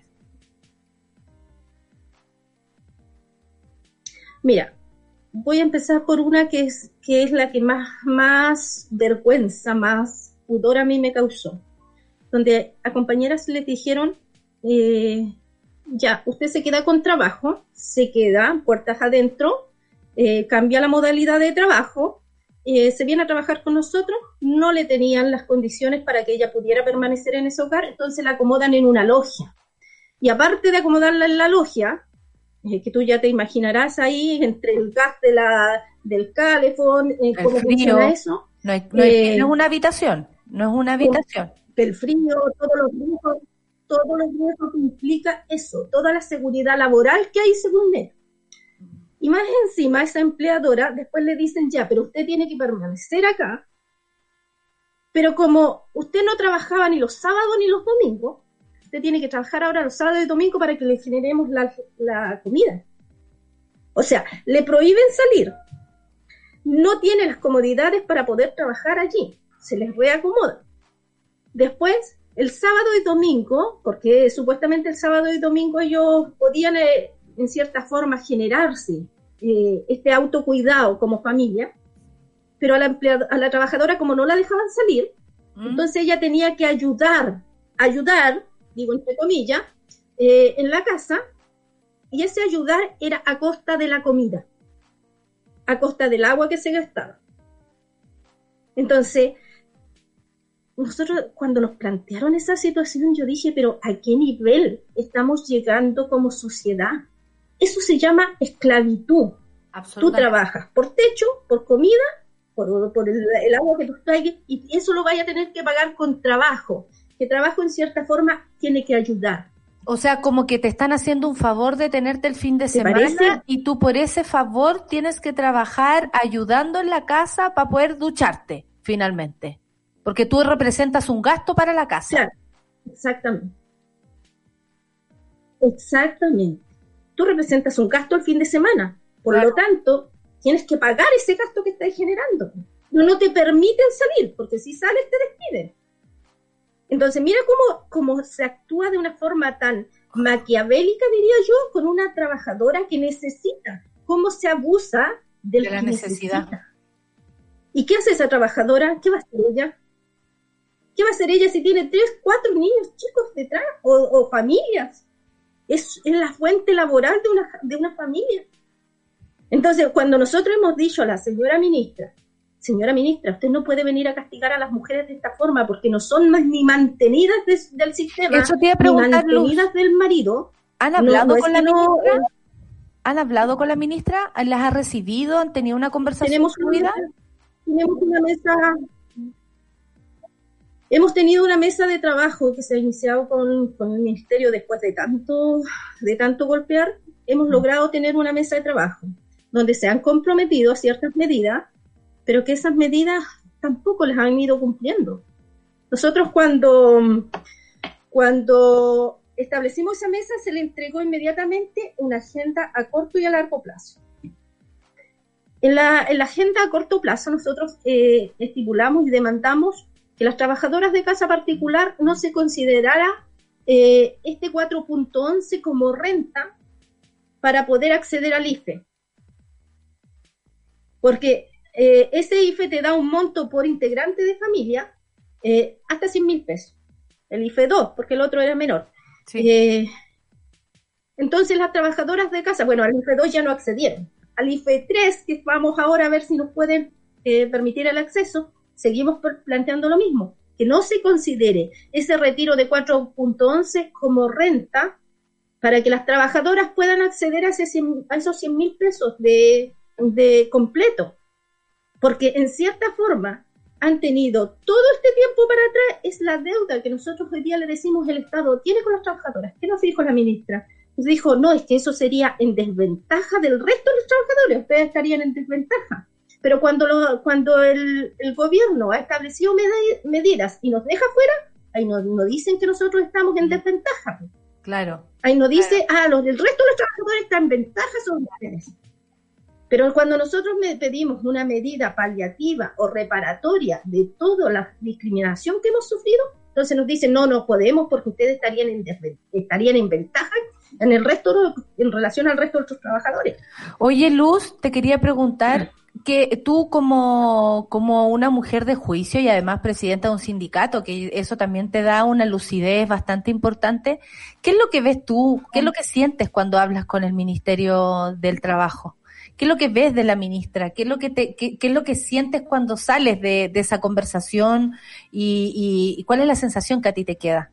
Mira, voy a empezar por una que es, que es la que más, más vergüenza, más pudor a mí me causó. Donde a compañeras les dijeron, eh, ya, usted se queda con trabajo, se queda puertas adentro, eh, cambia la modalidad de trabajo, eh, se viene a trabajar con nosotros, no le tenían las condiciones para que ella pudiera permanecer en ese hogar, entonces la acomodan en una logia. Y aparte de acomodarla en la logia, eh, que tú ya te imaginarás ahí, entre el gas de la, del calefón, eh, cómo frío, funciona eso. No, hay, no, hay, eh, no es una habitación, no es una habitación. Del frío, todos los riesgos, todos los riesgos que implica eso, toda la seguridad laboral que hay según él. Y más encima, esa empleadora, después le dicen, ya, pero usted tiene que permanecer acá, pero como usted no trabajaba ni los sábados ni los domingos, usted tiene que trabajar ahora los sábados y domingos para que le generemos la, la comida. O sea, le prohíben salir, no tiene las comodidades para poder trabajar allí, se les reacomoda. Después, el sábado y domingo, porque supuestamente el sábado y domingo ellos podían, eh, en cierta forma, generarse eh, este autocuidado como familia, pero a la, empleado, a la trabajadora, como no la dejaban salir, mm. entonces ella tenía que ayudar, ayudar, digo entre comillas, eh, en la casa, y ese ayudar era a costa de la comida, a costa del agua que se gastaba. Entonces, nosotros cuando nos plantearon esa situación, yo dije, pero ¿a qué nivel estamos llegando como sociedad? Eso se llama esclavitud. Tú trabajas por techo, por comida, por, por el, el agua que tú traigas, y eso lo vaya a tener que pagar con trabajo. Que trabajo en cierta forma tiene que ayudar. O sea, como que te están haciendo un favor de tenerte el fin de semana parece? Y tú por ese favor tienes que trabajar ayudando en la casa para poder ducharte, finalmente. Porque tú representas un gasto para la casa. Claro, exactamente. Exactamente. Tú representas un gasto el fin de semana. Por claro. lo tanto, tienes que pagar ese gasto que estás generando. No, no te permiten salir, porque si sales te despiden. Entonces, mira cómo, cómo se actúa de una forma tan maquiavélica, diría yo, con una trabajadora que necesita. Cómo se abusa del de la que necesidad. Necesita. ¿Y qué hace esa trabajadora? ¿Qué va a hacer ella? ¿Qué va a hacer ella si tiene tres, cuatro niños chicos detrás o, o familias? Es, es la fuente laboral de una, de una familia. Entonces, cuando nosotros hemos dicho a la señora ministra, señora ministra, usted no puede venir a castigar a las mujeres de esta forma porque no son más ni mantenidas de, del sistema, Eso te iba a ni preguntar, mantenidas Luz. del marido. ¿Han hablado No, no con es la que no, ministra? eh, ¿Han hablado con la ministra? ¿Las ha recibido? ¿Han tenido una conversación tenemos una, fluida? tenemos una mesa, hemos tenido una mesa de trabajo que se ha iniciado con, con el ministerio después de tanto, de tanto golpear. Hemos logrado tener una mesa de trabajo donde se han comprometido a ciertas medidas, pero que esas medidas tampoco las han ido cumpliendo. Nosotros cuando, cuando establecimos esa mesa, se le entregó inmediatamente una agenda a corto y a largo plazo. En la, en la agenda a corto plazo nosotros eh, estipulamos y demandamos que las trabajadoras de casa particular no se considerara eh, este cuatro punto once como renta para poder acceder al I F E. Porque eh, ese I F E te da un monto por integrante de familia eh, hasta cien mil pesos. El I F E dos, porque el otro era menor. Sí. Eh, entonces las trabajadoras de casa, bueno, al I F E dos ya no accedieron. Al I F E tres, que vamos ahora a ver si nos pueden eh, permitir el acceso, seguimos planteando lo mismo, que no se considere ese retiro de cuatro punto once como renta para que las trabajadoras puedan acceder a, ese cien, a esos cien mil pesos de, de completo, porque en cierta forma han tenido todo este tiempo para atrás, es la deuda que nosotros hoy día le decimos el Estado tiene con las trabajadoras. ¿Qué nos dijo la ministra? Nos dijo, no, es que eso sería en desventaja del resto de los trabajadores, ustedes estarían en desventaja. Pero cuando, lo, cuando el, el gobierno ha establecido med- medidas y nos deja fuera, ahí no, no dicen que nosotros estamos en desventaja. Claro. Ahí no dice, ah, los del resto de los trabajadores están en ventaja sobre ustedes. Pero cuando nosotros me pedimos una medida paliativa o reparatoria de toda la discriminación que hemos sufrido, entonces nos dicen, no, no podemos porque ustedes estarían en, desven- estarían en ventaja en el resto, en relación al resto de otros trabajadores. Oye, Luz, te quería preguntar que tú como, como una mujer de juicio y además presidenta de un sindicato, que eso también te da una lucidez bastante importante, ¿qué es lo que ves tú? ¿Qué es lo que sientes cuando hablas con el Ministerio del Trabajo? ¿Qué es lo que ves de la ministra? ¿Qué es lo que te, qué, qué es lo que sientes cuando sales de, de esa conversación y, y, y cuál es la sensación que a ti te queda?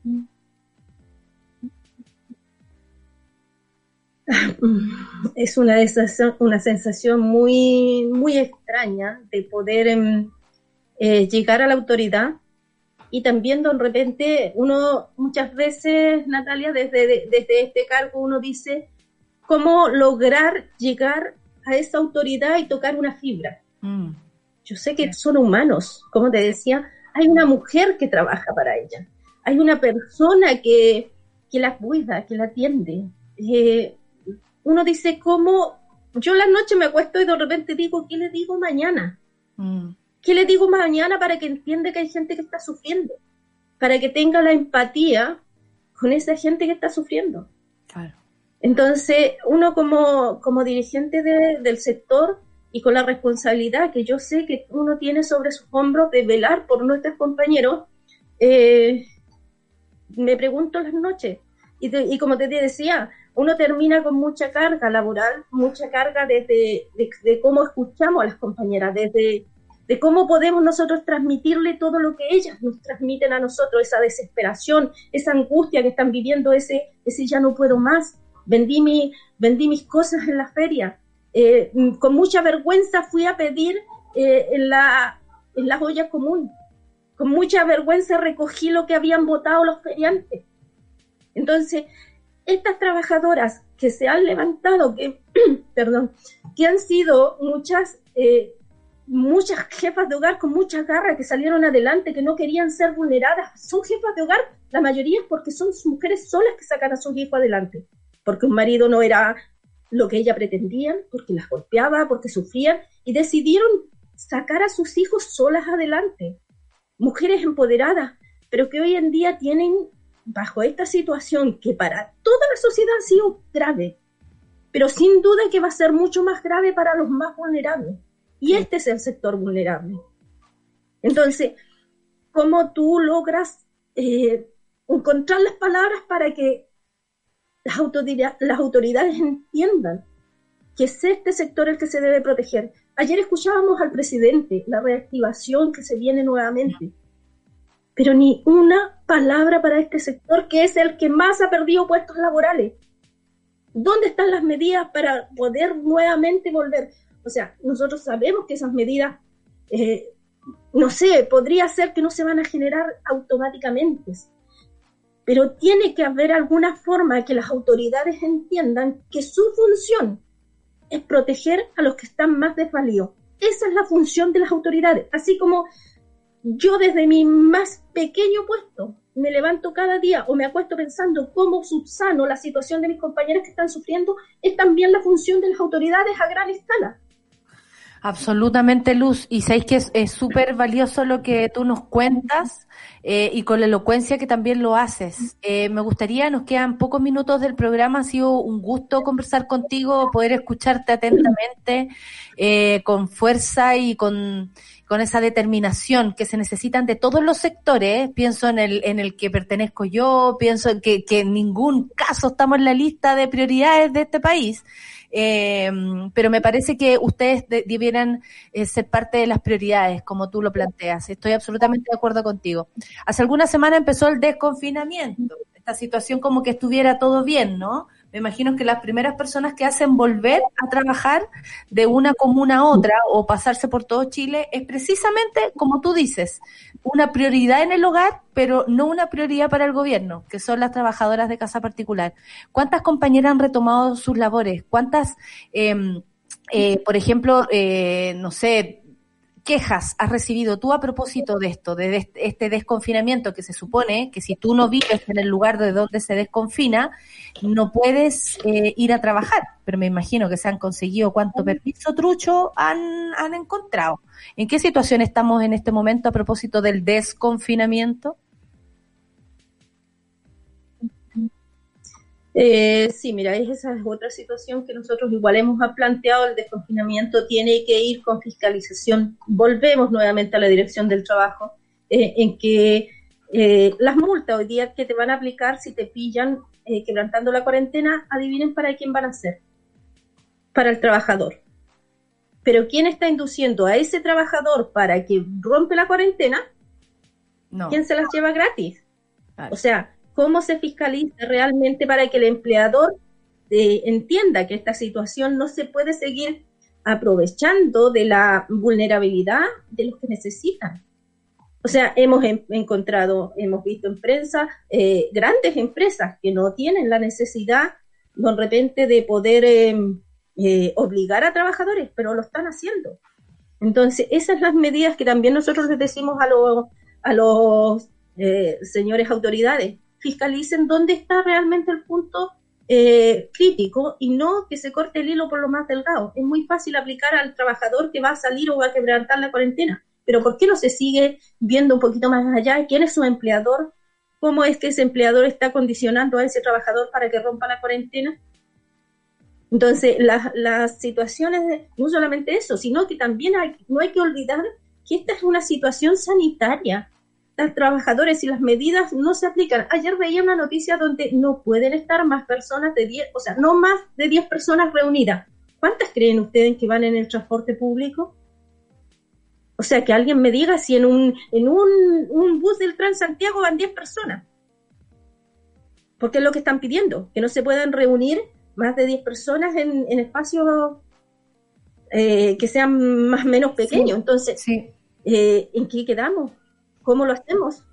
Es una, una sensación muy, muy extraña de poder eh, eh, llegar a la autoridad y también de repente uno muchas veces, Natalia, desde, de, desde este cargo uno dice cómo lograr llegar a esa autoridad y tocar una fibra. Mm. Yo sé que son humanos, como te decía, hay una mujer que trabaja para ella, hay una persona que, que la cuida, que la atiende. Eh, uno dice cómo, yo la noche me acuesto y de repente digo, ¿qué le digo mañana? Mm. ¿Qué le digo mañana para que entienda que hay gente que está sufriendo? Para que tenga la empatía con esa gente que está sufriendo. Claro. Entonces, uno como, como dirigente de, del sector y con la responsabilidad que yo sé que uno tiene sobre sus hombros de velar por nuestros compañeros, eh, me pregunto las noches. Y, te, y como te decía, uno termina con mucha carga laboral, mucha carga desde de, de cómo escuchamos a las compañeras, desde de cómo podemos nosotros transmitirle todo lo que ellas nos transmiten a nosotros, esa desesperación, esa angustia que están viviendo, ese, ese ya no puedo más. Vendí, mi, vendí mis cosas en la feria. Eh, con mucha vergüenza fui a pedir eh, en, la, en la olla común. Con mucha vergüenza recogí lo que habían votado los feriantes. Entonces, estas trabajadoras que se han levantado, que, perdón, que han sido muchas, eh, muchas jefas de hogar con muchas garras, que salieron adelante, que no querían ser vulneradas, son jefas de hogar, la mayoría es porque son mujeres solas que sacan a sus hijos adelante. Porque un marido no era lo que ella pretendían, porque las golpeaba, porque sufrían, y decidieron sacar a sus hijos solas adelante. Mujeres empoderadas, pero que hoy en día tienen, bajo esta situación, que para toda la sociedad ha sido grave, pero sin duda que va a ser mucho más grave para los más vulnerables. Y este es el sector vulnerable. Entonces, cómo tú logras eh, encontrar las palabras para que las, autoridad, las autoridades entiendan que es este sector el que se debe proteger. Ayer escuchábamos al presidente, la reactivación que se viene nuevamente, pero ni una palabra para este sector que es el que más ha perdido puestos laborales. ¿Dónde están las medidas para poder nuevamente volver? O sea, nosotros sabemos que esas medidas, eh, no sé, podría ser que no se van a generar automáticamente, pero tiene que haber alguna forma que las autoridades entiendan que su función es proteger a los que están más desvalidos. Esa es la función de las autoridades. Así como yo desde mi más pequeño puesto me levanto cada día o me acuesto pensando cómo subsano la situación de mis compañeros que están sufriendo, es también la función de las autoridades a gran escala. Absolutamente, Luz, y sabéis que es súper valioso lo que tú nos cuentas eh, y con la elocuencia que también lo haces. Eh, me gustaría, nos quedan pocos minutos del programa, ha sido un gusto conversar contigo, poder escucharte atentamente, eh, con fuerza y con, con esa determinación que se necesitan de todos los sectores. Pienso en el, en el que pertenezco yo, pienso en que, que en ningún caso estamos en la lista de prioridades de este país. Eh, pero me parece que ustedes de, debieran eh, ser parte de las prioridades, como tú lo planteas. Estoy absolutamente de acuerdo contigo. Hace algunas semanas empezó el desconfinamiento, esta situación como que estuviera todo bien, ¿no? Me imagino que las primeras personas que hacen volver a trabajar de una comuna a otra o pasarse por todo Chile es precisamente, como tú dices, una prioridad en el hogar, pero no una prioridad para el gobierno, que son las trabajadoras de casa particular. ¿Cuántas compañeras han retomado sus labores? ¿Cuántas, eh, eh, por ejemplo, eh, no sé, quejas has recibido tú a propósito de esto, de este desconfinamiento que se supone que si tú no vives en el lugar de donde se desconfina, no puedes eh, ir a trabajar? Pero me imagino que se han conseguido cuánto permiso trucho han, han encontrado. ¿En qué situación estamos en este momento a propósito del desconfinamiento? Eh, sí, mira, esa es otra situación que nosotros igual hemos planteado. El desconfinamiento tiene que ir con fiscalización. Volvemos nuevamente a la Dirección del Trabajo, eh, en que eh, las multas hoy día que te van a aplicar si te pillan eh, quebrantando la cuarentena, adivinen para quién van a ser. Para el trabajador. Pero ¿quién está induciendo a ese trabajador para que rompe la cuarentena? No. ¿Quién se las lleva gratis? Claro. O sea, ¿cómo se fiscaliza realmente para que el empleador eh, entienda que esta situación no se puede seguir aprovechando de la vulnerabilidad de los que necesitan? O sea, hemos en, encontrado, hemos visto en prensa, eh, grandes empresas que no tienen la necesidad de repente de poder eh, eh, obligar a trabajadores, pero lo están haciendo. Entonces, esas son las medidas que también nosotros les decimos a los, a los eh, señores autoridades. Fiscalicen dónde está realmente el punto eh, crítico y no que se corte el hilo por lo más delgado. Es muy fácil aplicar al trabajador que va a salir o va a quebrantar la cuarentena, pero ¿por qué no se sigue viendo un poquito más allá? ¿Quién es su empleador? ¿Cómo es que ese empleador está condicionando a ese trabajador para que rompa la cuarentena? Entonces, las, las situaciones, de, no solamente eso, sino que también hay, no hay que olvidar que esta es una situación sanitaria. Los trabajadores y las medidas no se aplican. Ayer veía una noticia donde no pueden estar más personas de diez, o sea, no más de diez personas reunidas. ¿Cuántas creen ustedes que van en el transporte público? O sea, que alguien me diga si en un en un, un bus del Transantiago van diez personas. Porque es lo que están pidiendo, que no se puedan reunir más de diez personas en, en espacios eh, que sean más o menos pequeños. Sí, entonces, sí. Eh, ¿en qué quedamos? ¿Cómo lo hacemos?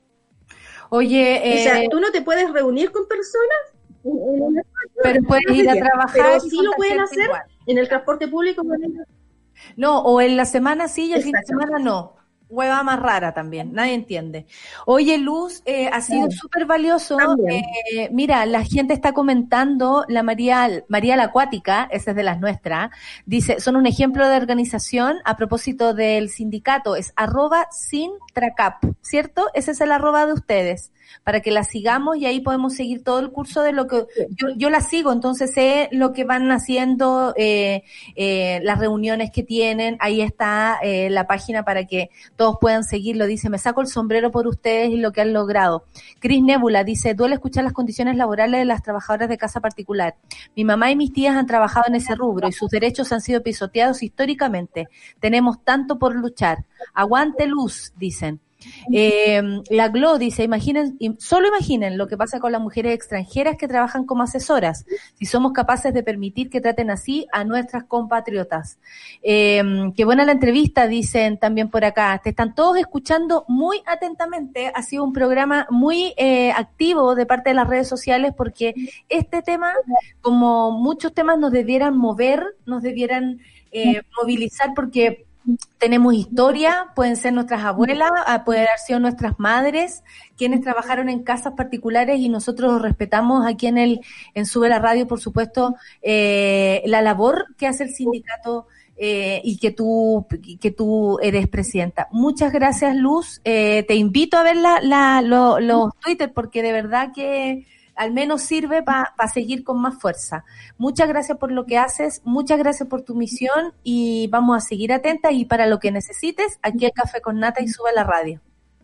Oye, eh, o sea, tú no te puedes reunir con personas, pero puedes ir a trabajar. Pero sí lo pueden hacer igual en el transporte público. No, o en la semana sí y el fin de semana no. Hueva más rara también, nadie entiende. Oye, Luz, eh, ha sido sí. súper valioso. Eh, mira, la gente está comentando, la María, María la Acuática, esa es de las nuestras, dice, son un ejemplo de organización a propósito del sindicato, es arroba Sintracap, ¿cierto? Ese es el arroba de ustedes, para que la sigamos y ahí podemos seguir todo el curso de lo que, yo, yo la sigo, entonces sé lo que van haciendo, eh, eh, las reuniones que tienen, ahí está eh, la página para que todos puedan seguirlo. Dice, me saco el sombrero por ustedes y lo que han logrado. Cris Nebula dice, duele escuchar las condiciones laborales de las trabajadoras de casa particular. Mi mamá y mis tías han trabajado en ese rubro y sus derechos han sido pisoteados históricamente. Tenemos tanto por luchar. Aguante Luz, dicen. Eh, la Glo dice, imaginen, solo imaginen lo que pasa con las mujeres extranjeras que trabajan como asesoras, si somos capaces de permitir que traten así a nuestras compatriotas. Eh, qué buena la entrevista, dicen también por acá. Te están todos escuchando muy atentamente. Ha sido un programa muy eh, activo de parte de las redes sociales, porque este tema, como muchos temas, nos debieran mover, nos debieran eh, movilizar, porque tenemos historia, pueden ser nuestras abuelas, pueden haber sido nuestras madres, quienes trabajaron en casas particulares, y nosotros respetamos aquí en el en Sube la Radio, por supuesto, eh, la labor que hace el sindicato eh, y que tú que tú eres presidenta. Muchas gracias, Luz. Eh, te invito a ver la, la, lo, los Twitter, porque de verdad que al menos sirve para pa seguir con más fuerza. Muchas gracias por lo que haces, muchas gracias por tu misión, y vamos a seguir atentas, y para lo que necesites, aquí el Café con Nata y Sube la Radio.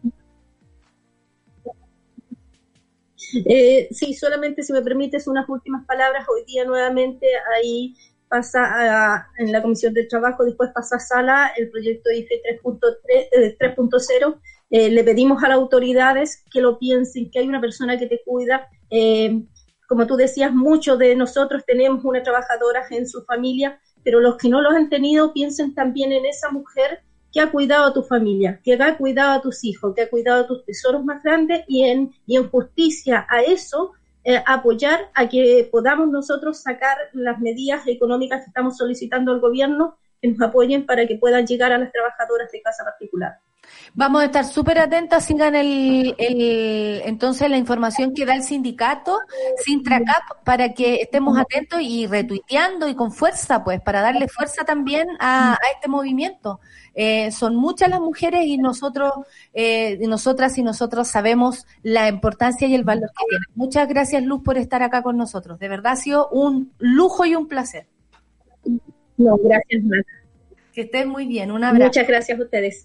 Eh, sí, solamente si me permites unas últimas palabras. Hoy día nuevamente ahí pasa a, en la Comisión de Trabajo, después pasa a sala el proyecto I F E tres punto cero. Eh, le pedimos a las autoridades que lo piensen, que hay una persona que te cuida. Eh, como tú decías, muchos de nosotros tenemos una trabajadora en su familia, pero los que no los han tenido, piensen también en esa mujer que ha cuidado a tu familia, que ha cuidado a tus hijos, que ha cuidado a tus tesoros más grandes, y en, y en justicia a eso, eh, apoyar a que podamos nosotros sacar las medidas económicas que estamos solicitando al gobierno, que nos apoyen para que puedan llegar a las trabajadoras de casa particular. Vamos a estar súper atentas, sigan el, el, entonces la información que da el sindicato, Sintracap, para que estemos atentos y retuiteando y con fuerza, pues, para darle fuerza también a, a este movimiento. Eh, son muchas las mujeres, y nosotros, eh, nosotras y nosotros sabemos la importancia y el valor que tiene. Muchas gracias, Luz, por estar acá con nosotros. De verdad ha sido un lujo y un placer. No, gracias, Nata. Que estén muy bien, un abrazo. Muchas gracias a ustedes.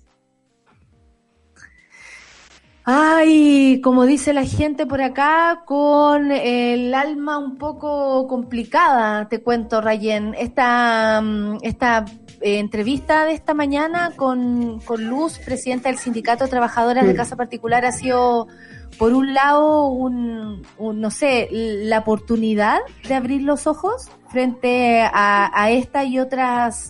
Ay, como dice la gente por acá, con el alma un poco complicada, te cuento, Rayén. Esta, esta eh, entrevista de esta mañana con, con Luz, presidenta del Sindicato de Trabajadoras de Casa Particular, ha sido, por un lado, un, un no sé, la oportunidad de abrir los ojos frente a, a esta y otras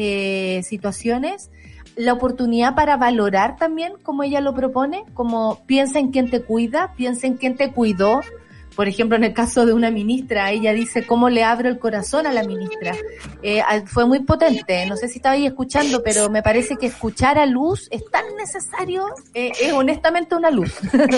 eh, situaciones. La oportunidad para valorar también, como ella lo propone, como piensa en quién te cuida, piensa en quién te cuidó. Por ejemplo, en el caso de una ministra, ella dice cómo le abro el corazón a la ministra. Eh, fue muy potente, no sé si estabais escuchando, pero me parece que escuchar a Luz es tan necesario, eh, es honestamente una luz.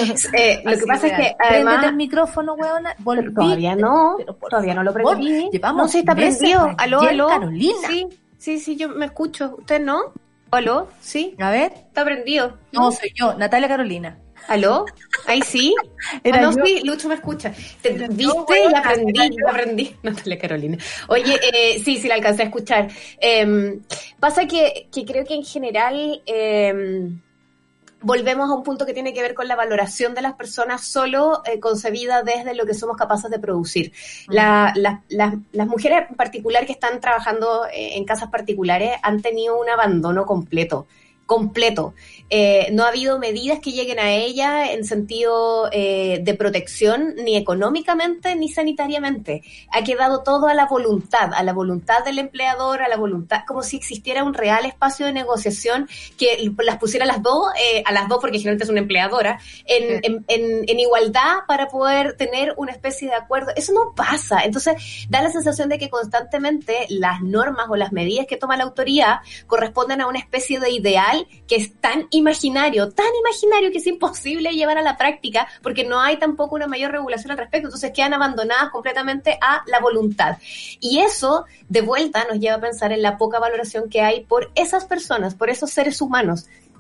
Eh, lo que pasa es que además... Préndete el micrófono, weona. Volví, todavía no, pero por todavía no lo favor, prendí. Llevamos no, sí está meses, prendido. Aló, Rayén, aló. Carolina. Sí, sí, sí, yo me escucho. ¿Usted no? ¿Aló? ¿Sí? A ver. Está prendido. No, soy yo, Natalia Carolina. ¿Aló? ¿Ahí sí? Era ah, no, yo. sí, Lucho me escucha. ¿Te, Era ¿Viste? yo, bueno, y aprendí, era yo. aprendí. Natalia Carolina. Oye, eh, sí, sí, la alcancé a escuchar. Eh, pasa que, que creo que en general... Eh, volvemos a un punto que tiene que ver con la valoración de las personas solo eh, concebida desde lo que somos capaces de producir. La, la, la, las mujeres en particular que están trabajando eh, en casas particulares han tenido un abandono completo. completo. Eh, no ha habido medidas que lleguen a ella en sentido eh, de protección, ni económicamente ni sanitariamente. Ha quedado todo a la voluntad, a la voluntad del empleador, a la voluntad, como si existiera un real espacio de negociación que las pusiera a las dos, eh, a las dos porque generalmente es una empleadora, en, en, en, en igualdad para poder tener una especie de acuerdo. Eso no pasa. Entonces, da la sensación de que constantemente las normas o las medidas que toma la autoridad corresponden a una especie de ideal que es tan imaginario, tan imaginario que es imposible llevar a la práctica porque no hay tampoco una mayor regulación al respecto, entonces quedan abandonadas completamente a la voluntad. Y eso, de vuelta, nos lleva a pensar en la poca valoración que hay por esas personas, por esos seres humanos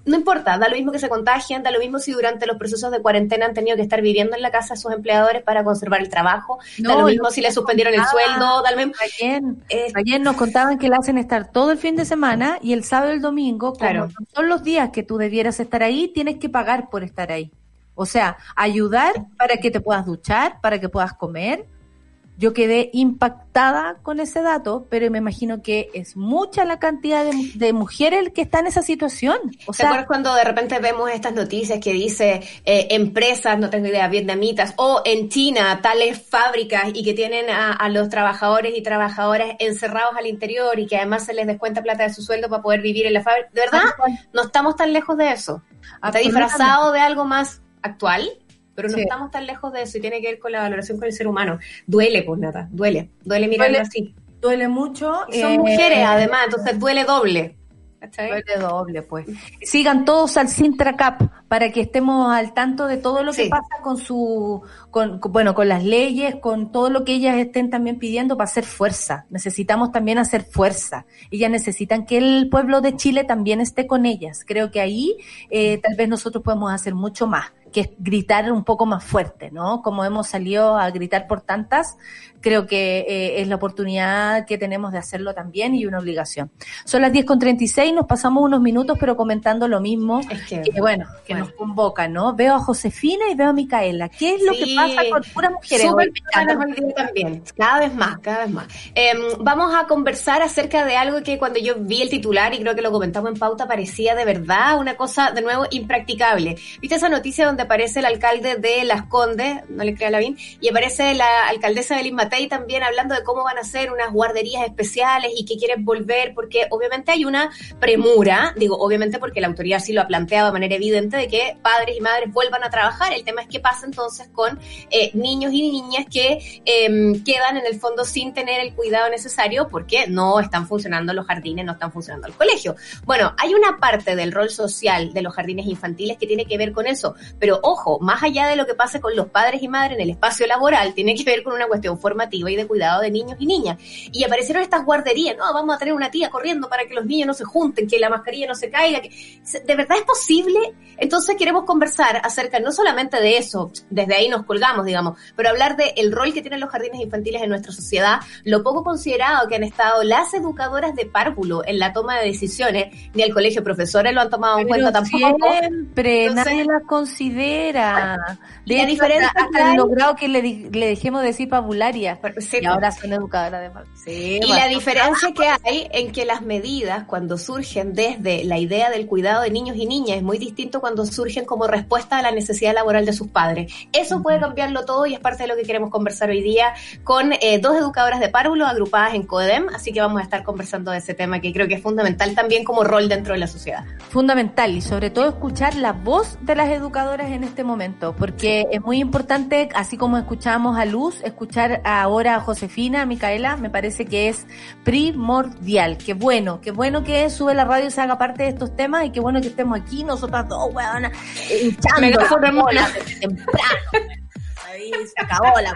no importa, da lo mismo que se contagian, da lo mismo si durante los procesos de cuarentena han tenido que estar viviendo en la casa de sus empleadores para conservar el trabajo, no, da lo mismo si le suspendieron el sueldo, da lo mismo. Ayer, eh, ayer nos contaban que le hacen estar todo el fin de semana y el sábado y el domingo, claro. como son los días que tú debieras estar ahí, tienes que pagar por estar ahí. O sea, ayudar para que te puedas duchar, para que puedas comer. Yo quedé impactada con ese dato, pero me imagino que es mucha la cantidad de, de mujeres que están en esa situación. O ¿Te sea, acuerdas cuando de repente vemos estas noticias que dice eh, empresas, no tengo idea, vietnamitas, o en China, tales fábricas, y que tienen a, a los trabajadores y trabajadoras encerrados al interior y que además se les descuenta plata de su sueldo para poder vivir en la fábrica? ¿De verdad? No estamos tan lejos de eso. Está disfrazado de algo más actual, pero no sí. estamos tan lejos de eso y tiene que ver con la valoración con el ser humano. Duele, pues nada, duele. Duele mirarlo duele, así. Duele mucho. Y son eh, mujeres, además, entonces duele doble. ¿Está bien? Duele doble, pues. Sigan todos al Sintracap para que estemos al tanto de todo lo que sí. pasa con su, con, con, bueno, con las leyes, con todo lo que ellas estén también pidiendo para hacer fuerza. Necesitamos también hacer fuerza. Ellas necesitan que el pueblo de Chile también esté con ellas. Creo que ahí eh, tal vez nosotros podemos hacer mucho más, que es gritar un poco más fuerte, ¿no? Como hemos salido a gritar por tantas, creo que eh, es la oportunidad que tenemos de hacerlo también y una obligación. Son las diez con treinta y seis, nos pasamos unos minutos, pero comentando lo mismo, es que, que bueno, que bueno. nos convoca, ¿no? Veo a Josefina y veo a Micaela. ¿Qué es lo sí, que pasa con puras mujeres? Súper hoy también, cada vez más, cada vez más. Eh, vamos a conversar acerca de algo que cuando yo vi el titular, y creo que lo comentamos en pauta, parecía de verdad una cosa, de nuevo, impracticable. ¿Viste esa noticia donde aparece el alcalde de Las Condes, no le crea a Lavín, y aparece la alcaldesa de Lynn Matei también hablando de cómo van a hacer unas guarderías especiales y que quieren volver, porque obviamente hay una premura, digo obviamente porque la autoridad sí lo ha planteado de manera evidente, de que padres y madres vuelvan a trabajar. El tema es qué pasa entonces con eh, niños y niñas que eh, quedan en el fondo sin tener el cuidado necesario porque no están funcionando los jardines, no están funcionando el colegio. Bueno, hay una parte del rol social de los jardines infantiles que tiene que ver con eso, pero ojo, más allá de lo que pase con los padres y madres en el espacio laboral, tiene que ver con una cuestión formativa y de cuidado de niños y niñas. Y aparecieron estas guarderías, no, vamos a tener una tía corriendo para que los niños no se junten, que la mascarilla no se caiga, que... ¿de verdad es posible? Entonces queremos conversar acerca no solamente de eso, desde ahí nos colgamos, digamos, pero hablar de el rol que tienen los jardines infantiles en nuestra sociedad, lo poco considerado que han estado las educadoras de párvulo en la toma de decisiones, ni el colegio de profesores lo han tomado en pero cuenta tampoco. Siempre, Entonces, nadie las considera. De la hecho, diferencia hasta, hasta hay... el logrado que le, le dejemos de decir pabularia, sí, y ahora son educadoras de párvulo. Sí, y la diferencia que hay en que las medidas, cuando surgen desde la idea del cuidado de niños y niñas, es muy distinto cuando surgen como respuesta a la necesidad laboral de sus padres. Eso uh-huh. puede cambiarlo todo y es parte de lo que queremos conversar hoy día con eh, dos educadoras de párvulo agrupadas en CODEM, así que vamos a estar conversando de ese tema que creo que es fundamental también como rol dentro de la sociedad. Fundamental, y sobre todo escuchar la voz de las educadoras en este momento, porque es muy importante, así como escuchamos a Luz, escuchar ahora a Josefina, a Micaela, me parece que es primordial. Qué bueno, qué bueno que Sube la Radio se haga parte de estos temas y qué bueno que estemos aquí, nosotras dos, weona, hinchando la bola desde temprano. Ahí se acabó la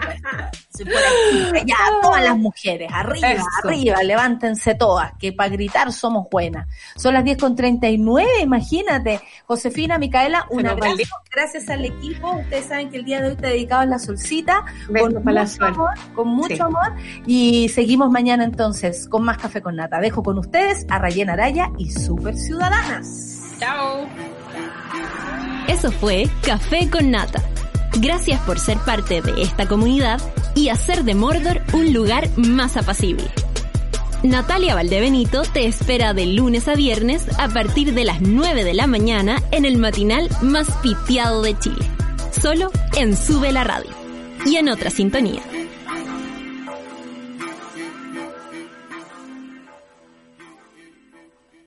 cuestión. Ya, todas las mujeres, arriba, Eso. arriba, levántense todas, que para gritar somos buenas. Son las diez con treinta y nueve, imagínate. Josefina, Micaela, un abrazo. Gracias al equipo. Ustedes saben que el día de hoy está dedicado a la solcita, con mucho amor, con mucho sí. amor. Y seguimos mañana entonces con más Café con Nata. Dejo con ustedes a Rayén Araya y Super Ciudadanas. Chao. Eso fue Café con Nata. Gracias por ser parte de esta comunidad y hacer de Mordor un lugar más apacible. Natalia Valdebenito te espera de lunes a viernes a partir de las nueve de la mañana en el matinal más piteado de Chile. Solo en Sube la Radio y en otra sintonía.